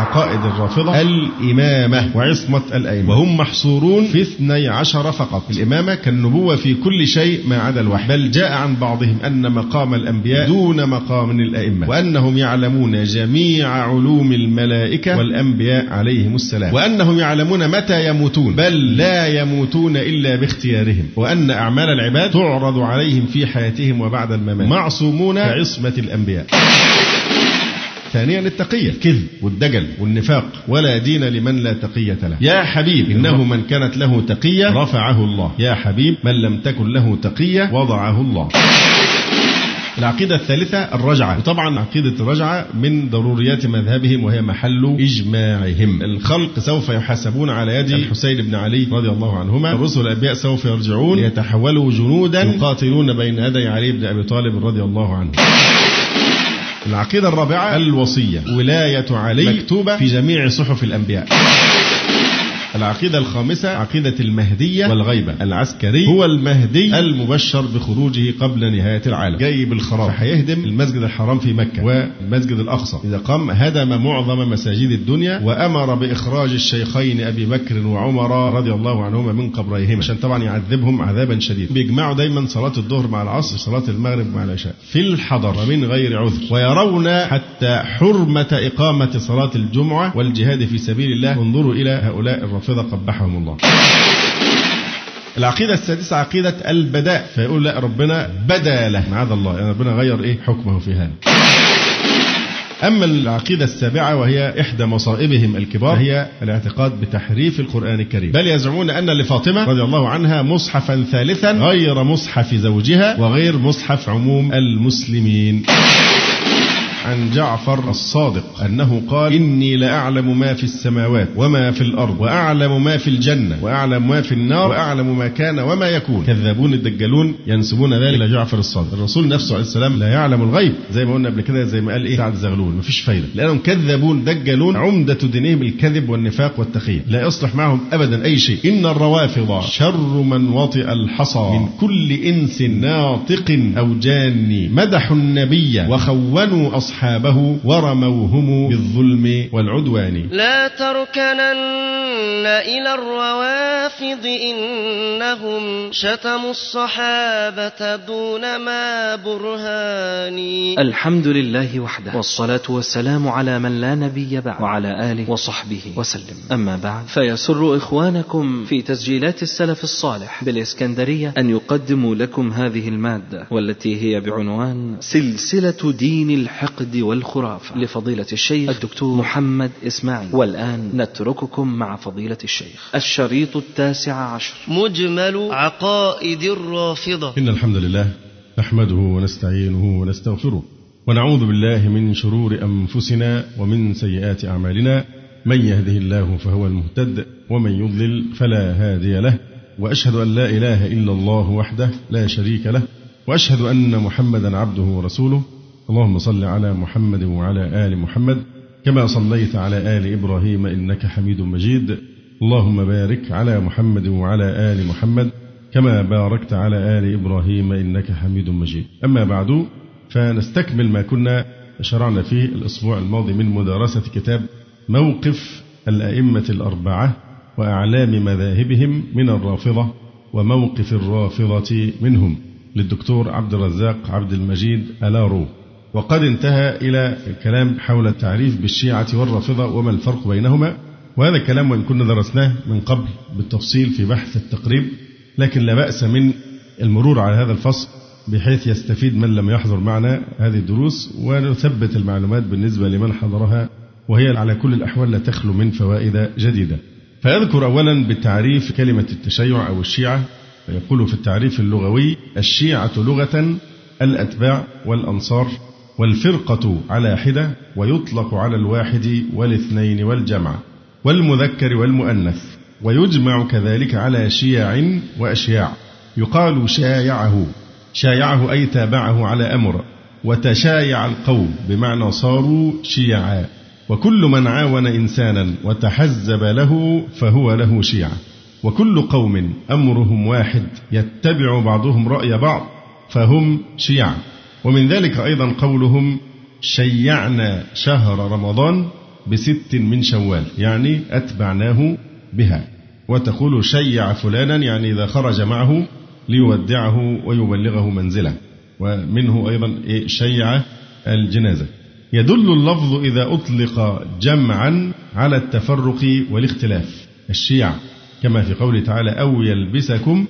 عقائد الرافضة الإمامة وعصمة الأئمة، وهم محصورون في 12 فقط. الإمامة كالنبوة في كل شيء ما عدا الوحي، بل جاء عن بعضهم أن مقام الأنبياء دون مقام الأئمة، وأنهم يعلمون جميع علوم الملائكة والأنبياء عليهم السلام، وأنهم يعلمون متى يموتون بل لا يموتون إلا باختيارهم، وأن أعمال العباد تعرض عليهم في حياتهم وبعد الممات، معصومون كعصمة الأنبياء. ثانيا التقية، الكذب والدجل والنفاق، ولا دين لمن لا تقية له. يا حبيب إنه من كانت له تقية رفعه الله، يا حبيب من لم تكن له تقية وضعه الله. العقيدة الثالثة الرجعة، وطبعا عقيدة الرجعة من ضروريات مذهبهم وهي محل إجماعهم. الخلق سوف يحاسبون على يد الحسين بن علي رضي الله عنهما، الرسل الأنبياء سوف يرجعون ليتحولوا جنودا يقاتلون بين يدي علي بن أبي طالب رضي الله عنه. العقيدة الرابعة الوصية، ولاية علي مكتوبة في جميع صحف الأنبياء. العقيدة الخامسة عقيدة المهدية والغيبة. العسكري هو المهدي المبشر بخروجه قبل نهاية العالم، جاي بالخراب، فهيهدم المسجد الحرام في مكة والمسجد الأقصى. إذا قام هدم معظم مساجد الدنيا، وأمر بإخراج الشيخين أبي بكر وعمر رضي الله عنهما من قبريهما، عشان طبعا يعذبهم عذابا شديدا. بيجمعوا دايما صلاة الظهر مع العصر، صلاة المغرب مع العشاء في الحضر ومن غير عذر، ويرون حتى حرمة إقامة صلاة الجمعة والجهاد في سبيل الله. انظروا إلى هؤلاء الرافضة قبحهم الله. العقيدة السادسة عقيدة البداء، فيقول لا ربنا بدا له، معاذ الله، يعني ربنا غير حكمه في هذا. أما العقيدة السابعة وهي إحدى مصائبهم الكبار، هي الاعتقاد بتحريف القرآن الكريم، بل يزعمون أن لفاطمة رضي الله عنها مصحفا ثالثا غير مصحف زوجها وغير مصحف عموم المسلمين. عن جعفر الصادق أنه قال إني لأعلم ما في السماوات وما في الأرض، وأعلم ما في الجنة وأعلم ما في النار، وأعلم ما كان وما يكون. كذابون الدجالون ينسبون ذلك إلى جعفر الصادق. الرسول نفسه عليه السلام لا يعلم الغيب، زي ما قلنا قبل كده، زي ما قال سعد الزغلول، مفيش فايدة، لأنهم كذابون دجالون، عمدة دينهم الكذب والنفاق والتخيل، لا يصلح معهم أبدا أي شيء. إن الروافض شر من وطئ الحصى من كل إنس ناطق أو جاني، مدحوا النبي وخونوا أصحابه ورموهم بالظلم والعدوان. لا تركنن إلى الروافض إنهم شتموا الصحابة دون ما برهان. الحمد لله وحده، والصلاة والسلام على من لا نبي بعد، وعلى آله وصحبه وسلم. أما بعد، فيسر إخوانكم في تسجيلات السلف الصالح بالإسكندرية أن يقدموا لكم هذه المادة، والتي هي بعنوان سلسلة دين الحقد والخرافة لفضيلة الشيخ الدكتور محمد إسماعيل. والآن نترككم مع فضيلة الشيخ. الشريط 19، مجمل عقائد الرافضة. إن الحمد لله نحمده ونستعينه ونستغفره، ونعوذ بالله من شرور أنفسنا ومن سيئات أعمالنا. من يهده الله فهو المهتد، ومن يضلل فلا هادي له. وأشهد أن لا إله إلا الله وحده لا شريك له، وأشهد أن محمدا عبده ورسوله. اللهم صل على محمد وعلى آل محمد كما صليت على آل إبراهيم إنك حميد مجيد. اللهم بارك على محمد وعلى آل محمد كما باركت على آل إبراهيم إنك حميد مجيد. أما بعد، فنستكمل ما كنا شرعنا فيه الأسبوع الماضي من مدارسة كتاب موقف الأئمة الأربعة وأعلام مذاهبهم من الرافضة وموقف الرافضة منهم، للدكتور عبد الرزاق عبد المجيد ألارو. وقد انتهى إلى الكلام حول التعريف بالشيعة والرافضة وما الفرق بينهما، وهذا الكلام وإن كنا درسناه من قبل بالتفصيل في بحث التقريب، لكن لا بأس من المرور على هذا الفصل بحيث يستفيد من لم يحضر معنا هذه الدروس، ونثبت المعلومات بالنسبة لمن حضرها، وهي على كل الأحوال لا تخلو من فوائد جديدة. فيذكر أولا بالتعريف كلمة التشيع أو الشيعة، فيقول في التعريف اللغوي: الشيعة لغة الأتباع والأنصار، والفرقة على حدة، ويطلق على الواحد والاثنين والجمع والمذكر والمؤنث، ويجمع كذلك على شيع وأشياع. يقال شايعه أي تابعه على أمر، وتشايع القوم بمعنى صاروا شيعا، وكل من عاون إنسانا وتحزب له فهو له شيعة، وكل قوم أمرهم واحد يتبع بعضهم رأي بعض فهم شيعة. ومن ذلك أيضا قولهم شيعنا شهر رمضان، ب6 من شوال، يعني أتبعناه بها. وتقول شيع فلانا، يعني إذا خرج معه ليودعه ويبلغه منزله. ومنه أيضا شيع الجنازة. يدل اللفظ إذا أطلق جمعا على التفرق والاختلاف، الشيع، كما في قوله تعالى أو يلبسكم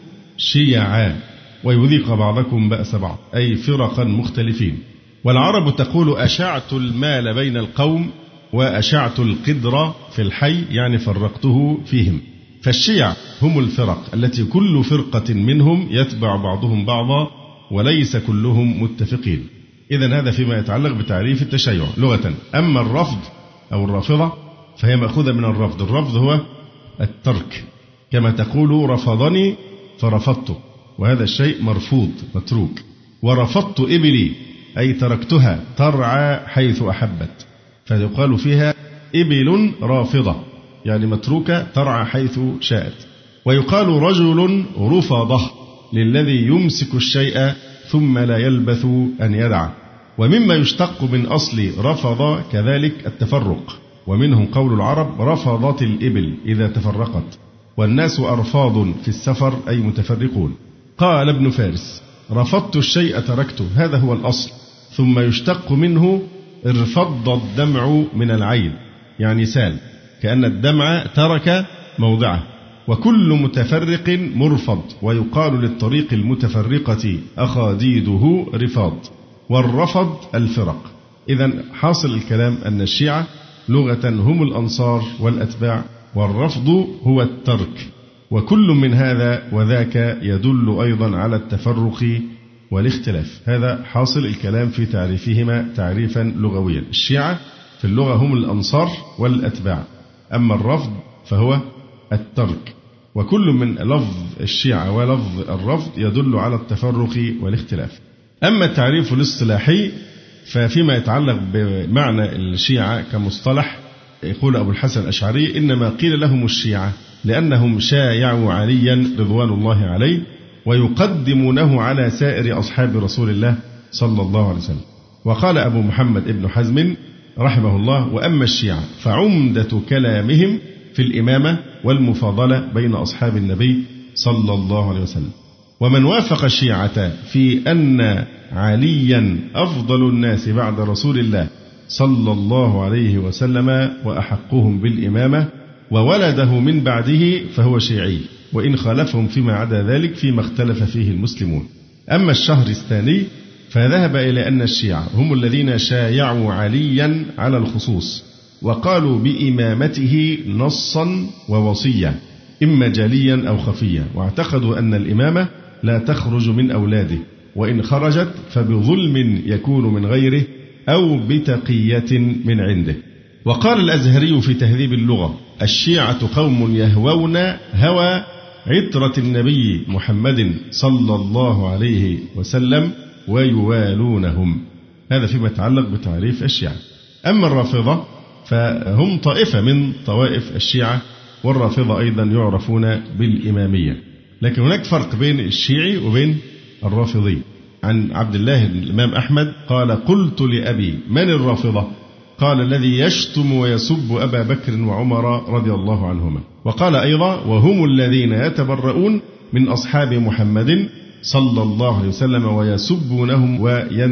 شيعا ويذيق بعضكم بأس بعض، أي فرقا مختلفين. والعرب تقول أشعت المال بين القوم وأشعت القدر في الحي، يعني فرقته فيهم. فالشيع هم الفرق التي كل فرقة منهم يتبع بعضهم بعضا وليس كلهم متفقين. إذن هذا فيما يتعلق بتعريف التشيع لغة. أما الرفض أو الرافضة فهي مأخوذة من الرفض. الرفض هو الترك، كما تقول رفضني فرفضته، وهذا الشيء مرفوض متروك. ورفضت إبلي أي تركتها ترعى حيث أحبت، فيقال فيها إبل رافضة، يعني متروكة ترعى حيث شاءت. ويقال رجل رفضه للذي يمسك الشيء ثم لا يلبث أن يدع. ومما يشتق من أصل رفض كذلك التفرق، ومنهم قول العرب رفضت الإبل إذا تفرقت، والناس أرفاض في السفر أي متفرقون. قال ابن فارس رفضت الشيء تركته، هذا هو الأصل. ثم يشتق منه ارفض الدمع من العين، يعني سال، كأن الدمع ترك موضعه. وكل متفرق مرفض، ويقال للطريق المتفرقة أخاديده رفاض، والرفض الفرق. إذن حاصل الكلام أن الشيعة لغة هم الأنصار والأتباع، والرفض هو الترك. وكل من هذا وذاك يدل أيضا على التفرق والاختلاف. هذا حاصل الكلام في تعريفهما تعريفا لغويا. الشيعة في اللغة هم الأنصار والأتباع، أما الرفض فهو الترك. وكل من لفظ الشيعة ولفظ الرفض يدل على التفرق والاختلاف. أما التعريف الاصطلاحي ففيما يتعلق بمعنى الشيعة كمصطلح، يقول أبو الحسن الأشعري إنما قيل لهم الشيعة لأنهم شايعوا عليا رضوان الله عليه ويقدمونه على سائر أصحاب رسول الله صلى الله عليه وسلم. وقال أبو محمد ابن حزم رحمه الله وأما الشيعة فعمدة كلامهم في الإمامة والمفاضلة بين أصحاب النبي صلى الله عليه وسلم. ومن وافق الشيعة في أن عليا أفضل الناس بعد رسول الله صلى الله عليه وسلم وأحقهم بالإمامة وولده من بعده فهو شيعي، وإن خالفهم فيما عدا ذلك فيما اختلف فيه المسلمون. أما الشهرستاني فذهب إلى أن الشيعة هم الذين شايعوا عليا على الخصوص، وقالوا بإمامته نصا ووصية إما جليا أو خفيا، واعتقدوا أن الإمامة لا تخرج من أولاده، وإن خرجت فبظلم يكون من غيره أو بتقية من عنده. وقال الأزهري في تهذيب اللغة الشيعة قوم يهوون هوى عترة النبي محمد صلى الله عليه وسلم ويوالونهم. هذا فيما يتعلق بتعريف الشيعة. أما الرافضة فهم طائفة من طوائف الشيعة، والرافضة أيضا يعرفون بالإمامية. لكن هناك فرق بين الشيعي وبين الرافضي. عن عبد الله الإمام أحمد قال قلت لأبي من الرافضة؟ قال الذي يشتم ويسب أبا بكر وعمر رضي الله عنهما. وقال أيضا وهم الذين يتبرؤون من أصحاب محمد صلى الله عليه وسلم ويسبونهم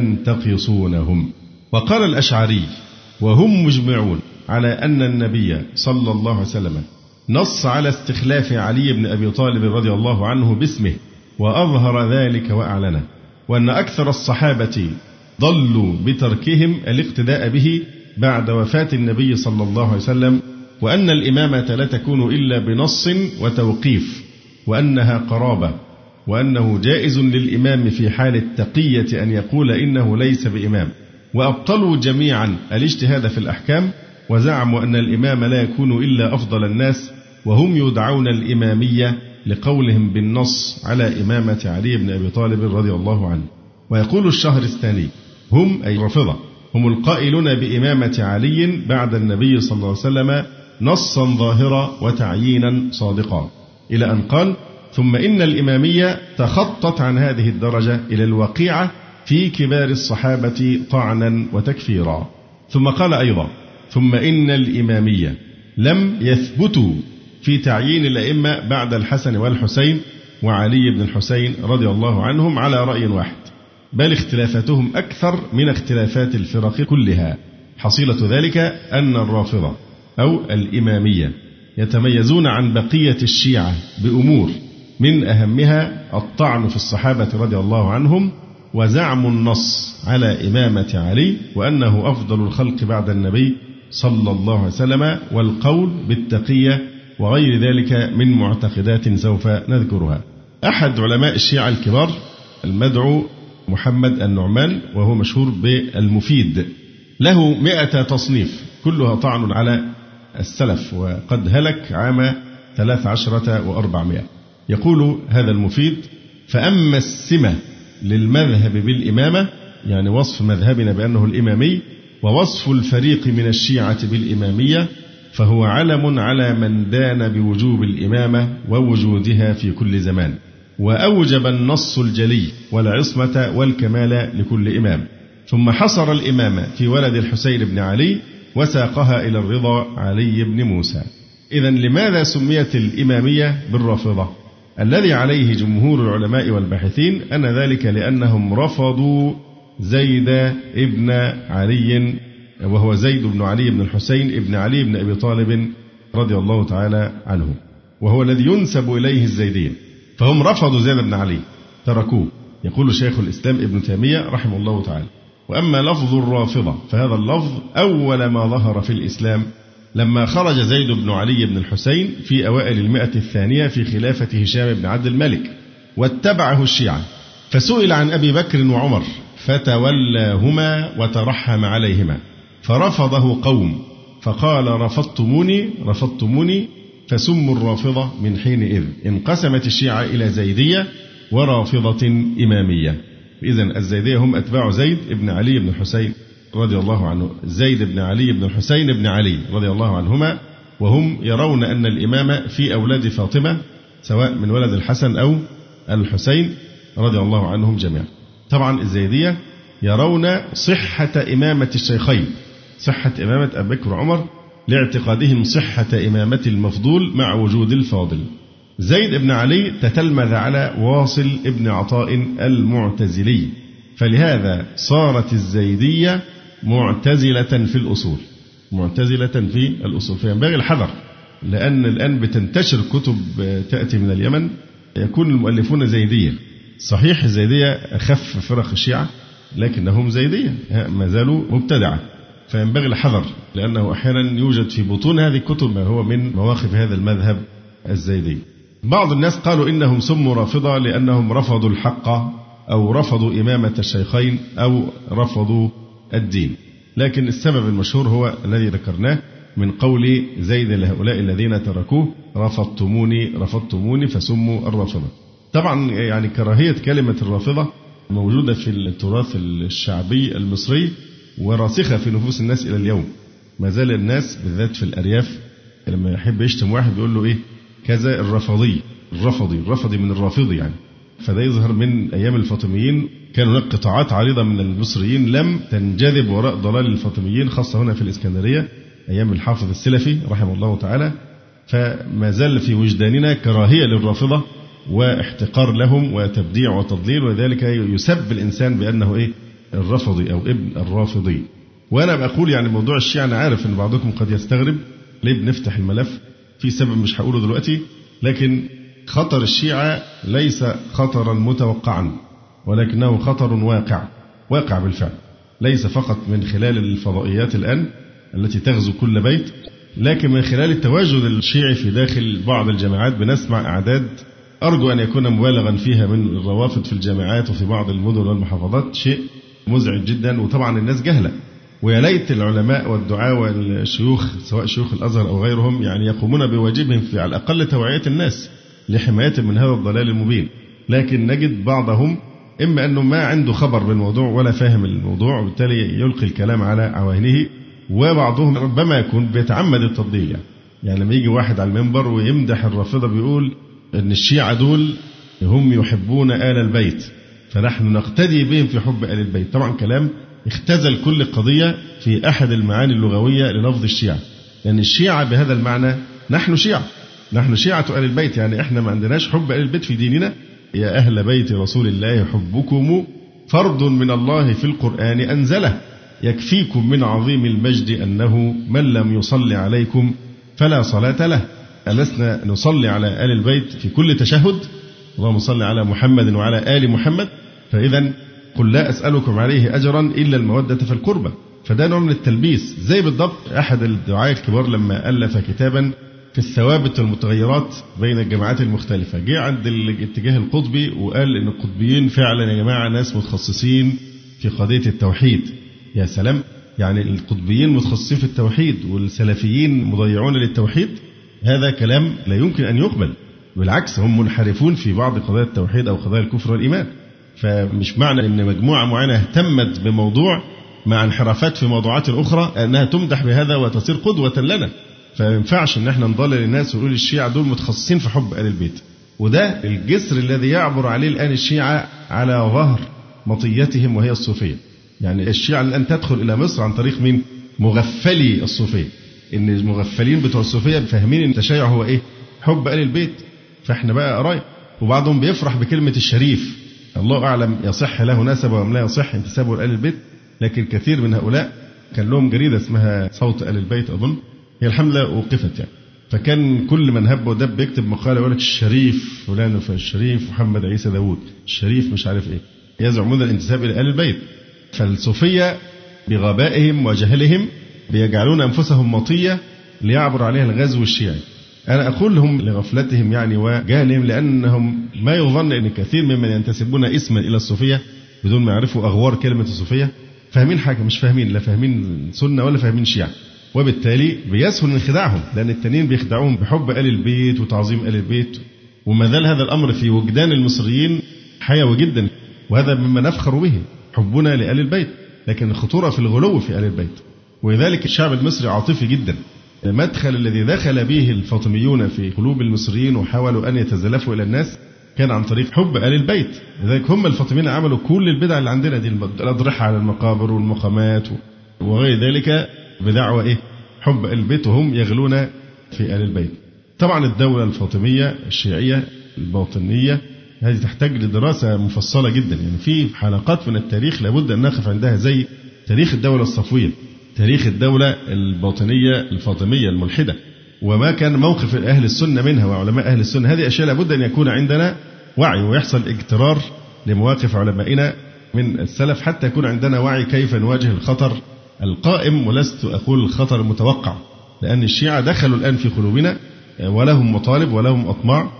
وينتقصونهم. وقال الأشعري وهم مجمعون على أن النبي صلى الله عليه وسلم نص على استخلاف علي بن أبي طالب رضي الله عنه باسمه وأظهر ذلك وأعلنه، وأن أكثر الصحابة ضلوا بتركهم الاقتداء به بعد وفاة النبي صلى الله عليه وسلم، وأن الإمامة لا تكون إلا بنص وتوقيف، وأنها قرابة، وأنه جائز للإمام في حال التقية أن يقول إنه ليس بإمام. وأبطلوا جميعا الاجتهاد في الأحكام، وزعموا أن الإمام لا يكون إلا أفضل الناس، وهم يدعون الإمامية لقولهم بالنص على إمامة علي بن أبي طالب رضي الله عنه. ويقول الشهرستاني هم أي رافضة هم القائلون بإمامة علي بعد النبي صلى الله عليه وسلم نصا ظاهرا وتعيينا صادقا، إلى أن قال ثم إن الإمامية تخطت عن هذه الدرجة إلى الوقيعة في كبار الصحابة طعنا وتكفيرا. ثم قال أيضا ثم إن الإمامية لم يثبتوا في تعيين الأئمة بعد الحسن والحسين وعلي بن الحسين رضي الله عنهم على رأي واحد، بل اختلافاتهم أكثر من اختلافات الفرق كلها. حصيلة ذلك أن الرافضة أو الإمامية يتميزون عن بقية الشيعة بأمور، من أهمها الطعن في الصحابة رضي الله عنهم، وزعم النص على إمامة علي وأنه أفضل الخلق بعد النبي صلى الله عليه وسلم، والقول بالتقية وغير ذلك من معتقدات سوف نذكرها. أحد علماء الشيعة الكبار المدعو محمد النعمان، وهو مشهور بالمفيد، له 100 تصنيف كلها طعن على السلف، وقد هلك عام 13 و400. يقول هذا المفيد: فأما السمة للمذهب بالإمامة، يعني وصف مذهبنا بأنه الإمامي، ووصف الفريق من الشيعة بالإمامية، فهو علم على من دان بوجوب الإمامة ووجودها في كل زمان، وأوجب النص الجلي والعصمة والكمال لكل إمام، ثم حصر الإمامة في ولد الحسين بن علي وساقها إلى الرضا علي بن موسى. إذن لماذا سميت الإمامية بالرافضة؟ الذي عليه جمهور العلماء والباحثين أن ذلك لأنهم رفضوا زيد ابن علي، وهو زيد بن علي بن الحسين ابن علي بن أبي طالب رضي الله تعالى عنه، وهو الذي ينسب إليه الزيدية، فهم رفضوا زيد بن علي، تركوه. يقول شيخ الإسلام ابن تيمية رحمه الله تعالى: وأما لفظ الرافضة فهذا اللفظ أول ما ظهر في الإسلام لما خرج زيد بن علي بن الحسين في أوائل 100 في خلافة هشام بن عبد الملك، واتبعه الشيعة، فسئل عن أبي بكر وعمر فتولاهما وترحم عليهما، فرفضه قوم فقال: رفضتموني فسموا الرافضة من حينئذ. انقسمت الشيعة إلى زيدية ورافضة إمامية. إذن الزيدية هم أتباع زيد بن علي بن الحسين رضي الله عنه، زيد بن علي بن الحسين بن علي رضي الله عنهما، وهم يرون أن الإمامة في أولاد فاطمة سواء من ولد الحسن أو الحسين رضي الله عنهم جميعا. طبعا الزيدية يرون صحة إمامة الشيخين، صحة إمامة أبي بكر وعمر، لاعتقادهم صحة إمامة المفضول مع وجود الفاضل. زيد بن علي تتلمذ على واصل ابن عطاء المعتزلي، فلهذا صارت الزيدية معتزلة في الأصول، فينبغي الحذر، لأن الآن بتنتشر كتب تأتي من اليمن يكون المؤلفون زيدية. صحيح الزيدية أخف فرق الشيعة، لكنهم زيدية ما زالوا مبتدعة، فينبغي الحذر، لأنه أحيانا يوجد في بطون هذه الكتب ما هو من مواقف هذا المذهب الزيدي. بعض الناس قالوا إنهم سموا رافضة لأنهم رفضوا الحق، أو رفضوا إمامة الشيخين، أو رفضوا الدين، لكن السبب المشهور هو الذي ذكرناه من قول زيد لهؤلاء الذين تركوه: رفضتموني فسموا الرافضة. طبعا يعني كراهية كلمة الرافضة موجودة في التراث الشعبي المصري وراسخة في نفوس الناس إلى اليوم. ما زال الناس بالذات في الأرياف لما يحب يشتم واحد بيقول له إيه كذا الرفضي من الرافضي يعني. فده يظهر من أيام الفاطميين، كان هناك قطاعات عريضة من المصريين لم تنجذب وراء ضلال الفاطميين، خاصة هنا في الإسكندرية أيام الحافظ السلفي رحمه الله تعالى. فما زال في وجداننا كراهية للرافضة واحتقار لهم وتبديع وتضليل، وذلك يسب الإنسان بأنه إيه الرافضي أو ابن الرافضي. وأنا بقول يعني موضوع الشيعة، أنا عارف أن بعضكم قد يستغرب ليه بنفتح الملف، في سبب مش هقوله دلوقتي، لكن خطر الشيعة ليس خطرا متوقعا، ولكنه خطر واقع بالفعل، ليس فقط من خلال الفضائيات الآن التي تغزو كل بيت، لكن من خلال التواجد الشيعي في داخل بعض الجامعات. بنسمع أعداد أرجو أن يكون مبالغا فيها من الروافض في الجامعات وفي بعض المدن والمحافظات، شيء مزعج جدا. وطبعا الناس جهلة، ويا ليت العلماء والدعاة والشيوخ سواء شيوخ الأزهر أو غيرهم يعني يقومون بواجبهم في على الأقل توعية الناس لحماية من هذا الضلال المبين. لكن نجد بعضهم إما أنه ما عنده خبر بالموضوع ولا فاهم الموضوع، وبالتالي يلقي الكلام على عوانه، وبعضهم ربما يكون بيتعمد التضليل. يعني لما يجي واحد على المنبر ويمدح الرافضة بيقول أن الشيعة دول هم يحبون آل البيت، فنحن نقتدي بهم في حب آل البيت. طبعا كلام اختزل كل قضية في أحد المعاني اللغوية للفظ الشيعة، لأن الشيعة بهذا المعنى نحن شيعة، نحن شيعة آل البيت، يعني إحنا ما عندناش حب آل البيت في ديننا. يا أهل بيت رسول الله حبكم فرض من الله في القرآن أنزله، يكفيكم من عظيم المجد أنه من لم يصلي عليكم فلا صلاة له. ألسنا نصلي على آل البيت في كل تشهد؟ اللهم صل على محمد وعلى آل محمد. فإذا قل لا أسألكم عليه أجرا إلا المودة في القربى. فده نوع من التلبيس، زي بالضبط أحد الدعاة الكبار لما ألف كتابا في الثوابت والمتغيرات بين الجماعات المختلفة، جه عند الاتجاه القطبي وقال إن القطبيين فعلا يا جماعة ناس متخصصين في قضية التوحيد. يا سلام، يعني القطبيين متخصصين في التوحيد والسلفيين مضيعون للتوحيد؟ هذا كلام لا يمكن أن يقبل، بالعكس هم منحرفون في بعض قضايا التوحيد أو قضايا الكفر والإيمان. فمش معنى أن مجموعة معينة اهتمت بموضوع مع انحرافات في موضوعات أخرى أنها تمدح بهذا وتصير قدوة لنا. فما ينفعش ان احنا نضلل الناس ونقول الشيعة دول متخصصين في حب آل البيت، وده الجسر الذي يعبر عليه الآن الشيعة على ظهر مطيتهم وهي الصوفية. يعني الشيعة الآن تدخل إلى مصر عن طريق من مغفلي الصوفية، إن المغفلين بتوع الصوفية فاهمين إن التشيع هو إيه؟ حب آل البيت. فإحنا بقى قرايب، وبعضهم بيفرح بكلمة الشريف، الله أعلم يصح له نسبه أم لا يصح انتسابه لآل البيت، لكن كثير من هؤلاء كان لهم جريدة اسمها صوت آل البيت أظن، هي الحمد لله وقفت يعني. فكان كل من هب ودب يكتب مقالة يقول لك الشريف فلان الشريف محمد عيسى داوود، الشريف مش عارف إيه، يزعمون الانتساب إلى آل البيت. فالصوفية بغبائهم وجهلهم بيجعلون أنفسهم مطية ليعبر عليها الغزو الشيعي. أنا أقول لهم لغفلتهم يعني وجهلهم، لأنهم ما يظن أن كثير ممن ينتسبون اسما إلى الصوفية بدون ما يعرفوا أغوار كلمة الصوفية فاهمين حاجة، مش فاهمين، لا فاهمين سنة ولا فاهمين شيعة، وبالتالي بيسهل انخداعهم، لأن التانيين بيخدعوهم بحب آل البيت وتعظيم آل البيت. وما زال هذا الأمر في وجدان المصريين حيوي جدا، وهذا مما نفخر به، حبنا لآل البيت، لكن الخطورة في الغلو في آل البيت. ولذلك الشعب المصري عاطفي جدا. المدخل الذي دخل به الفاطميون في قلوب المصريين وحاولوا أن يتزلفوا إلى الناس كان عن طريق حب آل البيت. لذلك هم الفاطميين عملوا كل البدع اللي عندنا دي، الأضرحة على المقابر والمقامات وغير ذلك بدعوى إيه؟ حب آل البيت، وهم يغلون في آل البيت. طبعا الدولة الفاطمية الشيعية الباطنية هذه تحتاج لدراسة مفصلة جدا، يعني في حلقات من التاريخ لابد أن نقف عندها، زي تاريخ الدولة الصفوية، تاريخ الدولة الباطنية الفاطمية الملحدة، وما كان موقف أهل السنة منها وعلماء أهل السنة. هذه أشياء لابد أن يكون عندنا وعي ويحصل اجترار لمواقف علمائنا من السلف حتى يكون عندنا وعي كيف نواجه الخطر القائم، ولست أقول الخطر المتوقع، لأن الشيعة دخلوا الآن في قلوبنا ولهم مطالب ولهم أطماع،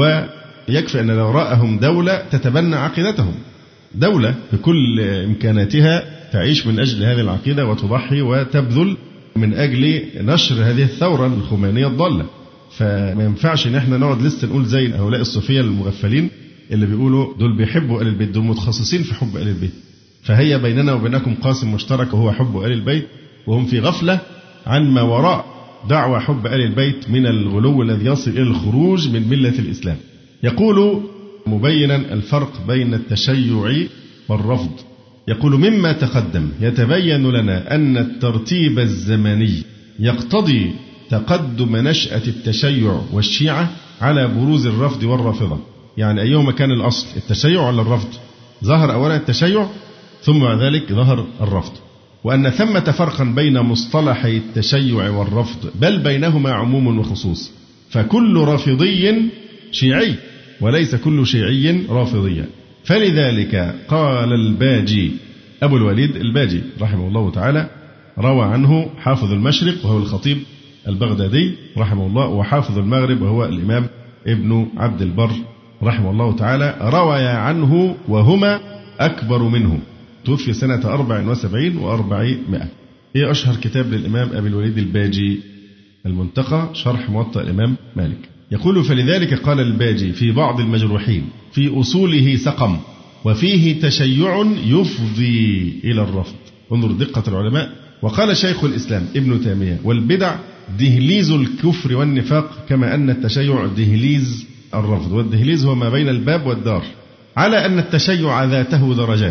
ويكفي أن لو رأهم دولة تتبنى عقيدتهم، دولة بكل إمكاناتها تعيش من أجل هذه العقيدة وتضحي وتبذل من أجل نشر هذه الثورة الخمينية الضالة. فما ينفعش إن احنا نقعد لسه نقول زي هؤلاء الصوفية المغفلين اللي بيقولوا دول بيحبوا آل البيت، دول متخصصين في حب آل البيت. فهي بيننا وبينكم قاسم مشترك وهو حب آل البيت، وهم في غفلة عن ما وراء دعوة حب آل البيت من الغلو الذي يصل إلى الخروج من ملة الإسلام. يقول مبينا الفرق بين التشيع والرفض، يقول مما تقدم يتبين لنا أن الترتيب الزمني يقتضي تقدم نشأة التشيع والشيعة على بروز الرفض والرافضة. يعني أيهما كان الأصل، التشيع ولا الرفض؟ ظهر أولا التشيع ثم بعد ذلك ظهر الرفض، وأن ثمة فرقا بين مصطلحي التشيع والرفض بل بينهما عموم وخصوص، فكل رافضي شيعي وليس كل شيعي رافضيا. فلذلك قال الباجي أبو الوليد الباجي رحمه الله تعالى، روى عنه حافظ المشرق وهو الخطيب البغدادي رحمه الله، وحافظ المغرب وهو الإمام ابن عبد البر رحمه الله تعالى، روى عنه وهما أكبر منه، توفي سنة 74 و400. هي أشهر كتاب للإمام أبي الوليد الباجي المنتقى شرح موطأ الإمام مالك. يقول فلذلك قال الباجي في بعض المجروحين في أصوله سقم وفيه تشيع يفضي إلى الرفض. انظر دقة العلماء. وقال شيخ الإسلام ابن تيمية والبدع دهليز الكفر والنفاق، كما أن التشيع دهليز الرفض، والدهليز هو ما بين الباب والدار، على أن التشيع ذاته درجات،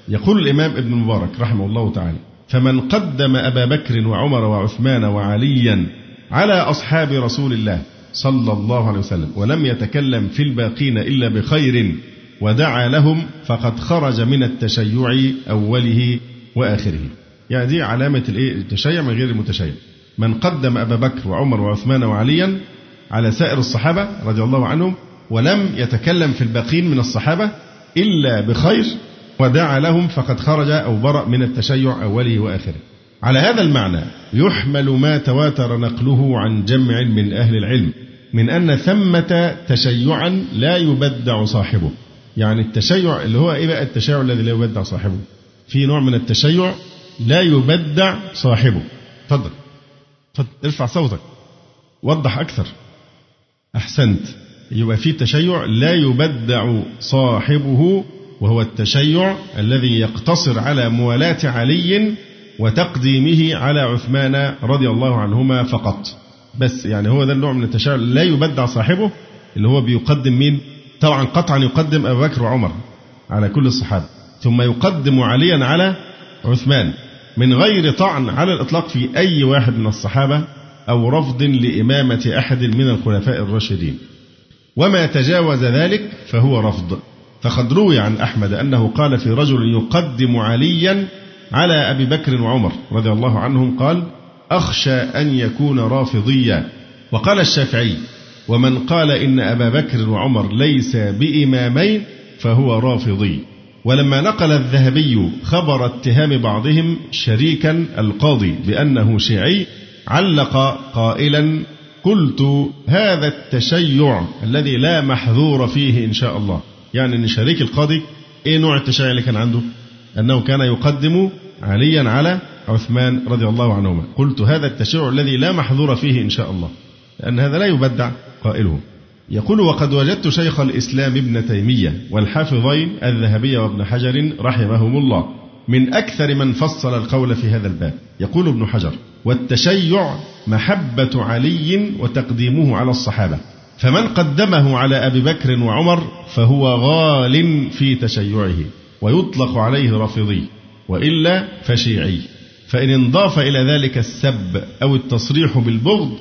يقول الإمام ابن المبارك رحمه الله تعالى: فمن قدم أبا بكر وعمر وعثمان وعليا على أصحاب رسول الله صلى الله عليه وسلم ولم يتكلم في الباقين إلا بخير ودعا لهم فقد خرج من التشيع أوله وآخره. يعني دي علامة التشيع من غير المتشيع. من قدم أبا بكر وعمر وعثمان وعليا على سائر الصحابة رضي الله عنهم ولم يتكلم في الباقين من الصحابة إلا بخير ودعا لهم فقد خرج أو برأ من التشيع أوله وآخره. على هذا المعنى يحمل ما تواتر نقله عن جمع من أهل العلم من أن ثمة تشيعا لا يبدع صاحبه. يعني التشيع اللي هو إيه بقى التشيع الذي لا يبدع صاحبه؟ في نوع من التشيع لا يبدع صاحبه. تفضل ارفع صوتك، وضح أكثر. أحسنت. يبقى في تشيع لا يبدع صاحبه، وهو التشيع الذي يقتصر على موالاة علي وتقديمه على عثمان رضي الله عنهما فقط بس. يعني هو ده النوع من التشيع لا يبدع صاحبه، اللي هو بيقدم مين؟ طبعا قطعا يقدم أبا بكر وعمر على كل الصحابة، ثم يقدم عليا على عثمان من غير طعن على الإطلاق في أي واحد من الصحابة أو رفض لإمامة أحد من الخلفاء الراشدين. وما تجاوز ذلك فهو رفض. فقد روي عن أحمد أنه قال في رجل يقدم عليا على أبي بكر وعمر رضي الله عنهم قال: أخشى أن يكون رافضيا. وقال الشافعي: ومن قال إن أبا بكر وعمر ليس بإمامين فهو رافضي. ولما نقل الذهبي خبر اتهام بعضهم شريكا القاضي بأنه شيعي علق قائلا: قلت هذا التشيع الذي لا محذور فيه إن شاء الله. يعني أن شريك القاضي إيه نوع التشيع اللي كان عنده؟ أنه كان يقدم عليا على عثمان رضي الله عنهما. قلت هذا التشيع الذي لا محذور فيه إن شاء الله، لأن هذا لا يبدع قائله. يقول: وقد وجدت شيخ الإسلام ابن تيمية والحافظين الذهبي وابن حجر رحمهم الله من أكثر من فصل القول في هذا الباب. يقول ابن حجر: والتشيع محبة علي وتقديمه على الصحابة، فمن قدمه على أبي بكر وعمر فهو غال في تشيعه ويطلق عليه رافضي، وإلا فشيعي. فإن انضاف إلى ذلك السب أو التصريح بالبغض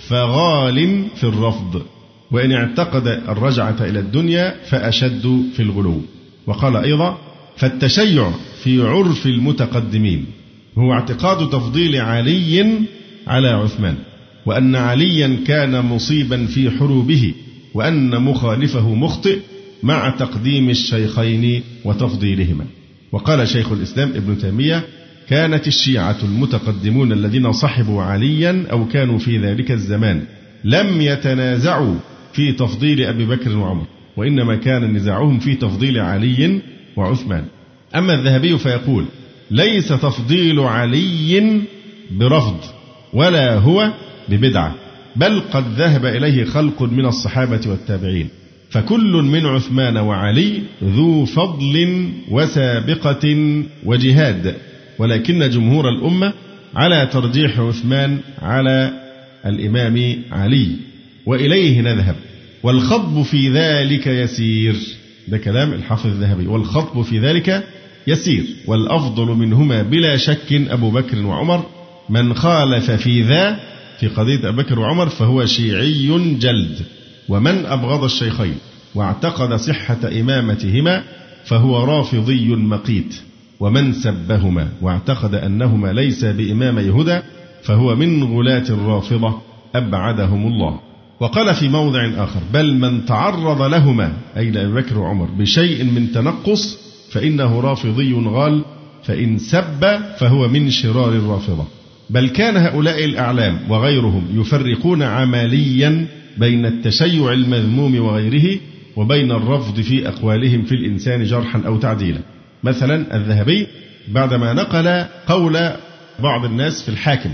فغال في الرفض، وإن اعتقد الرجعة إلى الدنيا فأشد في الغلو. وقال أيضا: فالتشيع في عرف المتقدمين هو اعتقاد تفضيل علي على عثمان، وأن عليا كان مصيبا في حروبه، وأن مخالفه مخطئ مع تقديم الشيخين وتفضيلهما. وقال شيخ الإسلام ابن تيمية: كانت الشيعة المتقدمون الذين صحبوا عليا أو كانوا في ذلك الزمان لم يتنازعوا في تفضيل أبي بكر وعمر، وإنما كان نزاعهم في تفضيل علي وعثمان. أما الذهبي فيقول: ليس تفضيل علي برفض ولا هو ببدعة، بل قد ذهب إليه خلق من الصحابة والتابعين، فكل من عثمان وعلي ذو فضل وسابقة وجهاد، ولكن جمهور الأمة على ترجيح عثمان على الإمام علي، وإليه نذهب. والخطب في ذلك يسير. ده كلام الحافظ الذهبي. والخطب في ذلك يسير، والأفضل منهما بلا شك أبو بكر وعمر. من خالف في ذا في قضية أبو بكر وعمر فهو شيعي جلد، ومن أبغض الشيخين واعتقد صحة إمامتهما فهو رافضي مقيت، ومن سبهما واعتقد أنهما ليس بإمامي هدى فهو من غلاة الرافضة أبعدهم الله. وقال في موضع آخر: بل من تعرض لهما أي لأبي بكر وعمر بشيء من تنقص فإنه رافضي غال، فإن سب فهو من شرار الرافضة. بل كان هؤلاء الأعلام وغيرهم يفرقون عمليا بين التشيع المذموم وغيره وبين الرفض في أقوالهم في الإنسان جرحا أو تعديلا. مثلا الذهبي بعدما نقل قول بعض الناس في الحاكم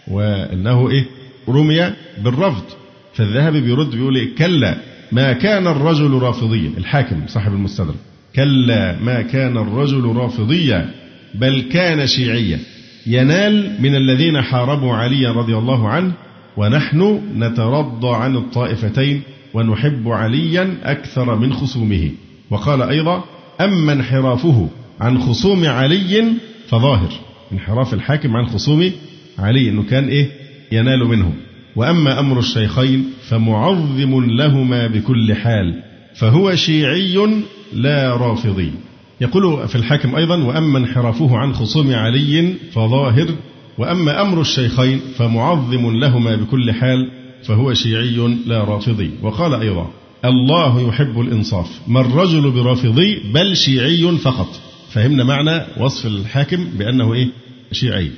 وأنه رمي بالرفض، فالذهبي بيرد بيقول: كلا ما كان الرجل رافضيا. الحاكم صاحب المستدرك: كلا ما كان الرجل رافضيا بل كان شيعيا ينال من الذين حاربوا عليا رضي الله عنه، ونحن نترضى عن الطائفتين ونحب عليا أكثر من خصومه. وقال أيضا: أما انحرافه عن خصوم علي فظاهر، انحراف الحاكم عن خصوم علي أنه كان ينال منهم. وأما أمر الشيخين فمعظم لهما بكل حال فهو شيعي لا رافضي. يقول في الحاكم أيضا: وأما انحرافه عن خصوم علي فظاهر، وأما أمر الشيخين فمعظم لهما بكل حال فهو شيعي لا رافضي. وقال أيضا: الله يحب الإنصاف، ما الرجل برافضي بل شيعي فقط. فهمنا معنى وصف الحاكم بأنه شيعي.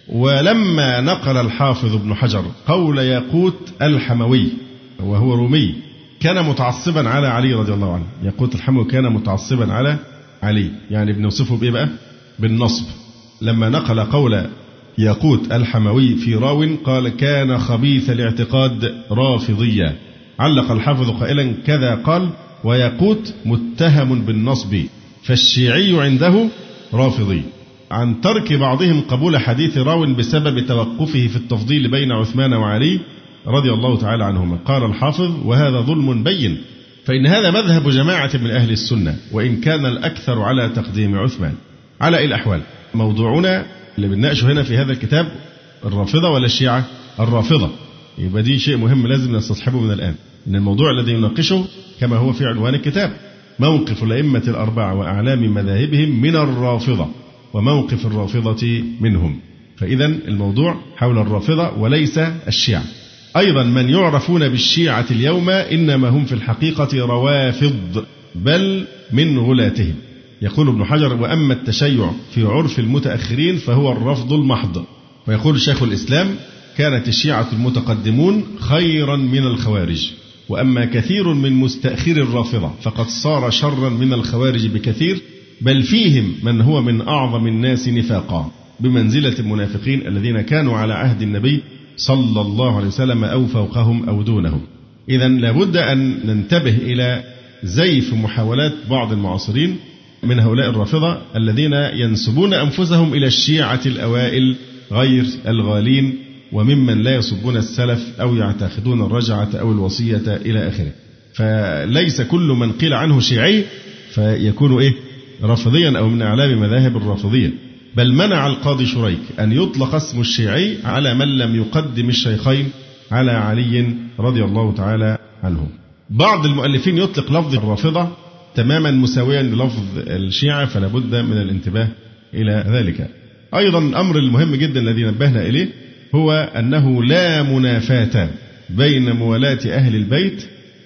ولما نقل الحافظ ابن حجر قول ياقوت الحموي وهو رومي كان متعصبا على علي رضي الله عنه. ياقوت الحموي كان متعصبا على علي، يعني بنوصفه بإيه بقى؟ بالنصب. لما نقل قول ياقوت الحموي في راو قال: كان خبيث الاعتقاد رافضيا. علق الحافظ قائلا: كذا قال وياقوت متهم بالنصب، فالشيعي عنده رافضي. عن ترك بعضهم قبول حديث راو بسبب توقفه في التفضيل بين عثمان وعلي رضي الله تعالى عنهما. قال الحافظ: وهذا ظلم بين، فإن هذا مذهب جماعة من أهل السنة، وإن كان الأكثر على تقديم عثمان. على أي الأحوال موضوعنا اللي بنناقشه هنا في هذا الكتاب الرافضة ولا الشيعة؟ الرافضة. يبقى دي شيء مهم لازم نستصحبه من الآن، إن الموضوع الذي يناقشه كما هو في عنوان الكتاب: موقف الأئمة الأربعة وأعلام مذاهبهم من الرافضة، وموقف الرافضة منهم. فإذا الموضوع حول الرافضة وليس الشيعة. أيضا من يعرفون بالشيعة اليوم إنما هم في الحقيقة روافض، بل من غلاتهم. يقول ابن حجر: وأما التشيع في عرف المتأخرين فهو الرفض المحض. ويقول شيخ الإسلام: كانت الشيعة المتقدمون خيرا من الخوارج، وأما كثير من مستأخر الرافضة فقد صار شرا من الخوارج بكثير، بل فيهم من هو من أعظم الناس نفاقا بمنزلة المنافقين الذين كانوا على عهد النبي صلى الله عليه وسلم أو فوقهم أو دونهم. إذا لابد أن ننتبه إلى زيف محاولات بعض المعاصرين من هؤلاء الرافضة الذين ينسبون أنفسهم إلى الشيعة الأوائل غير الغالين، وممن لا يسبون السلف أو يعتقدون الرجعة أو الوصية إلى آخره. فليس كل من قيل عنه شيعي فيكون رافضيا أو من أعلام مذاهب الرافضية، بل منع القاضي شريك أن يطلق اسم الشيعي على من لم يقدم الشيخين على علي رضي الله تعالى عنه. بعض المؤلفين يطلق لفظ الرافضة تماما مساويا للفظ الشيعة، فلا بد من الانتباه إلى ذلك. أيضا الأمر المهم جدا الذي نبهنا إليه هو أنه لا منافاة بين موالاة أهل البيت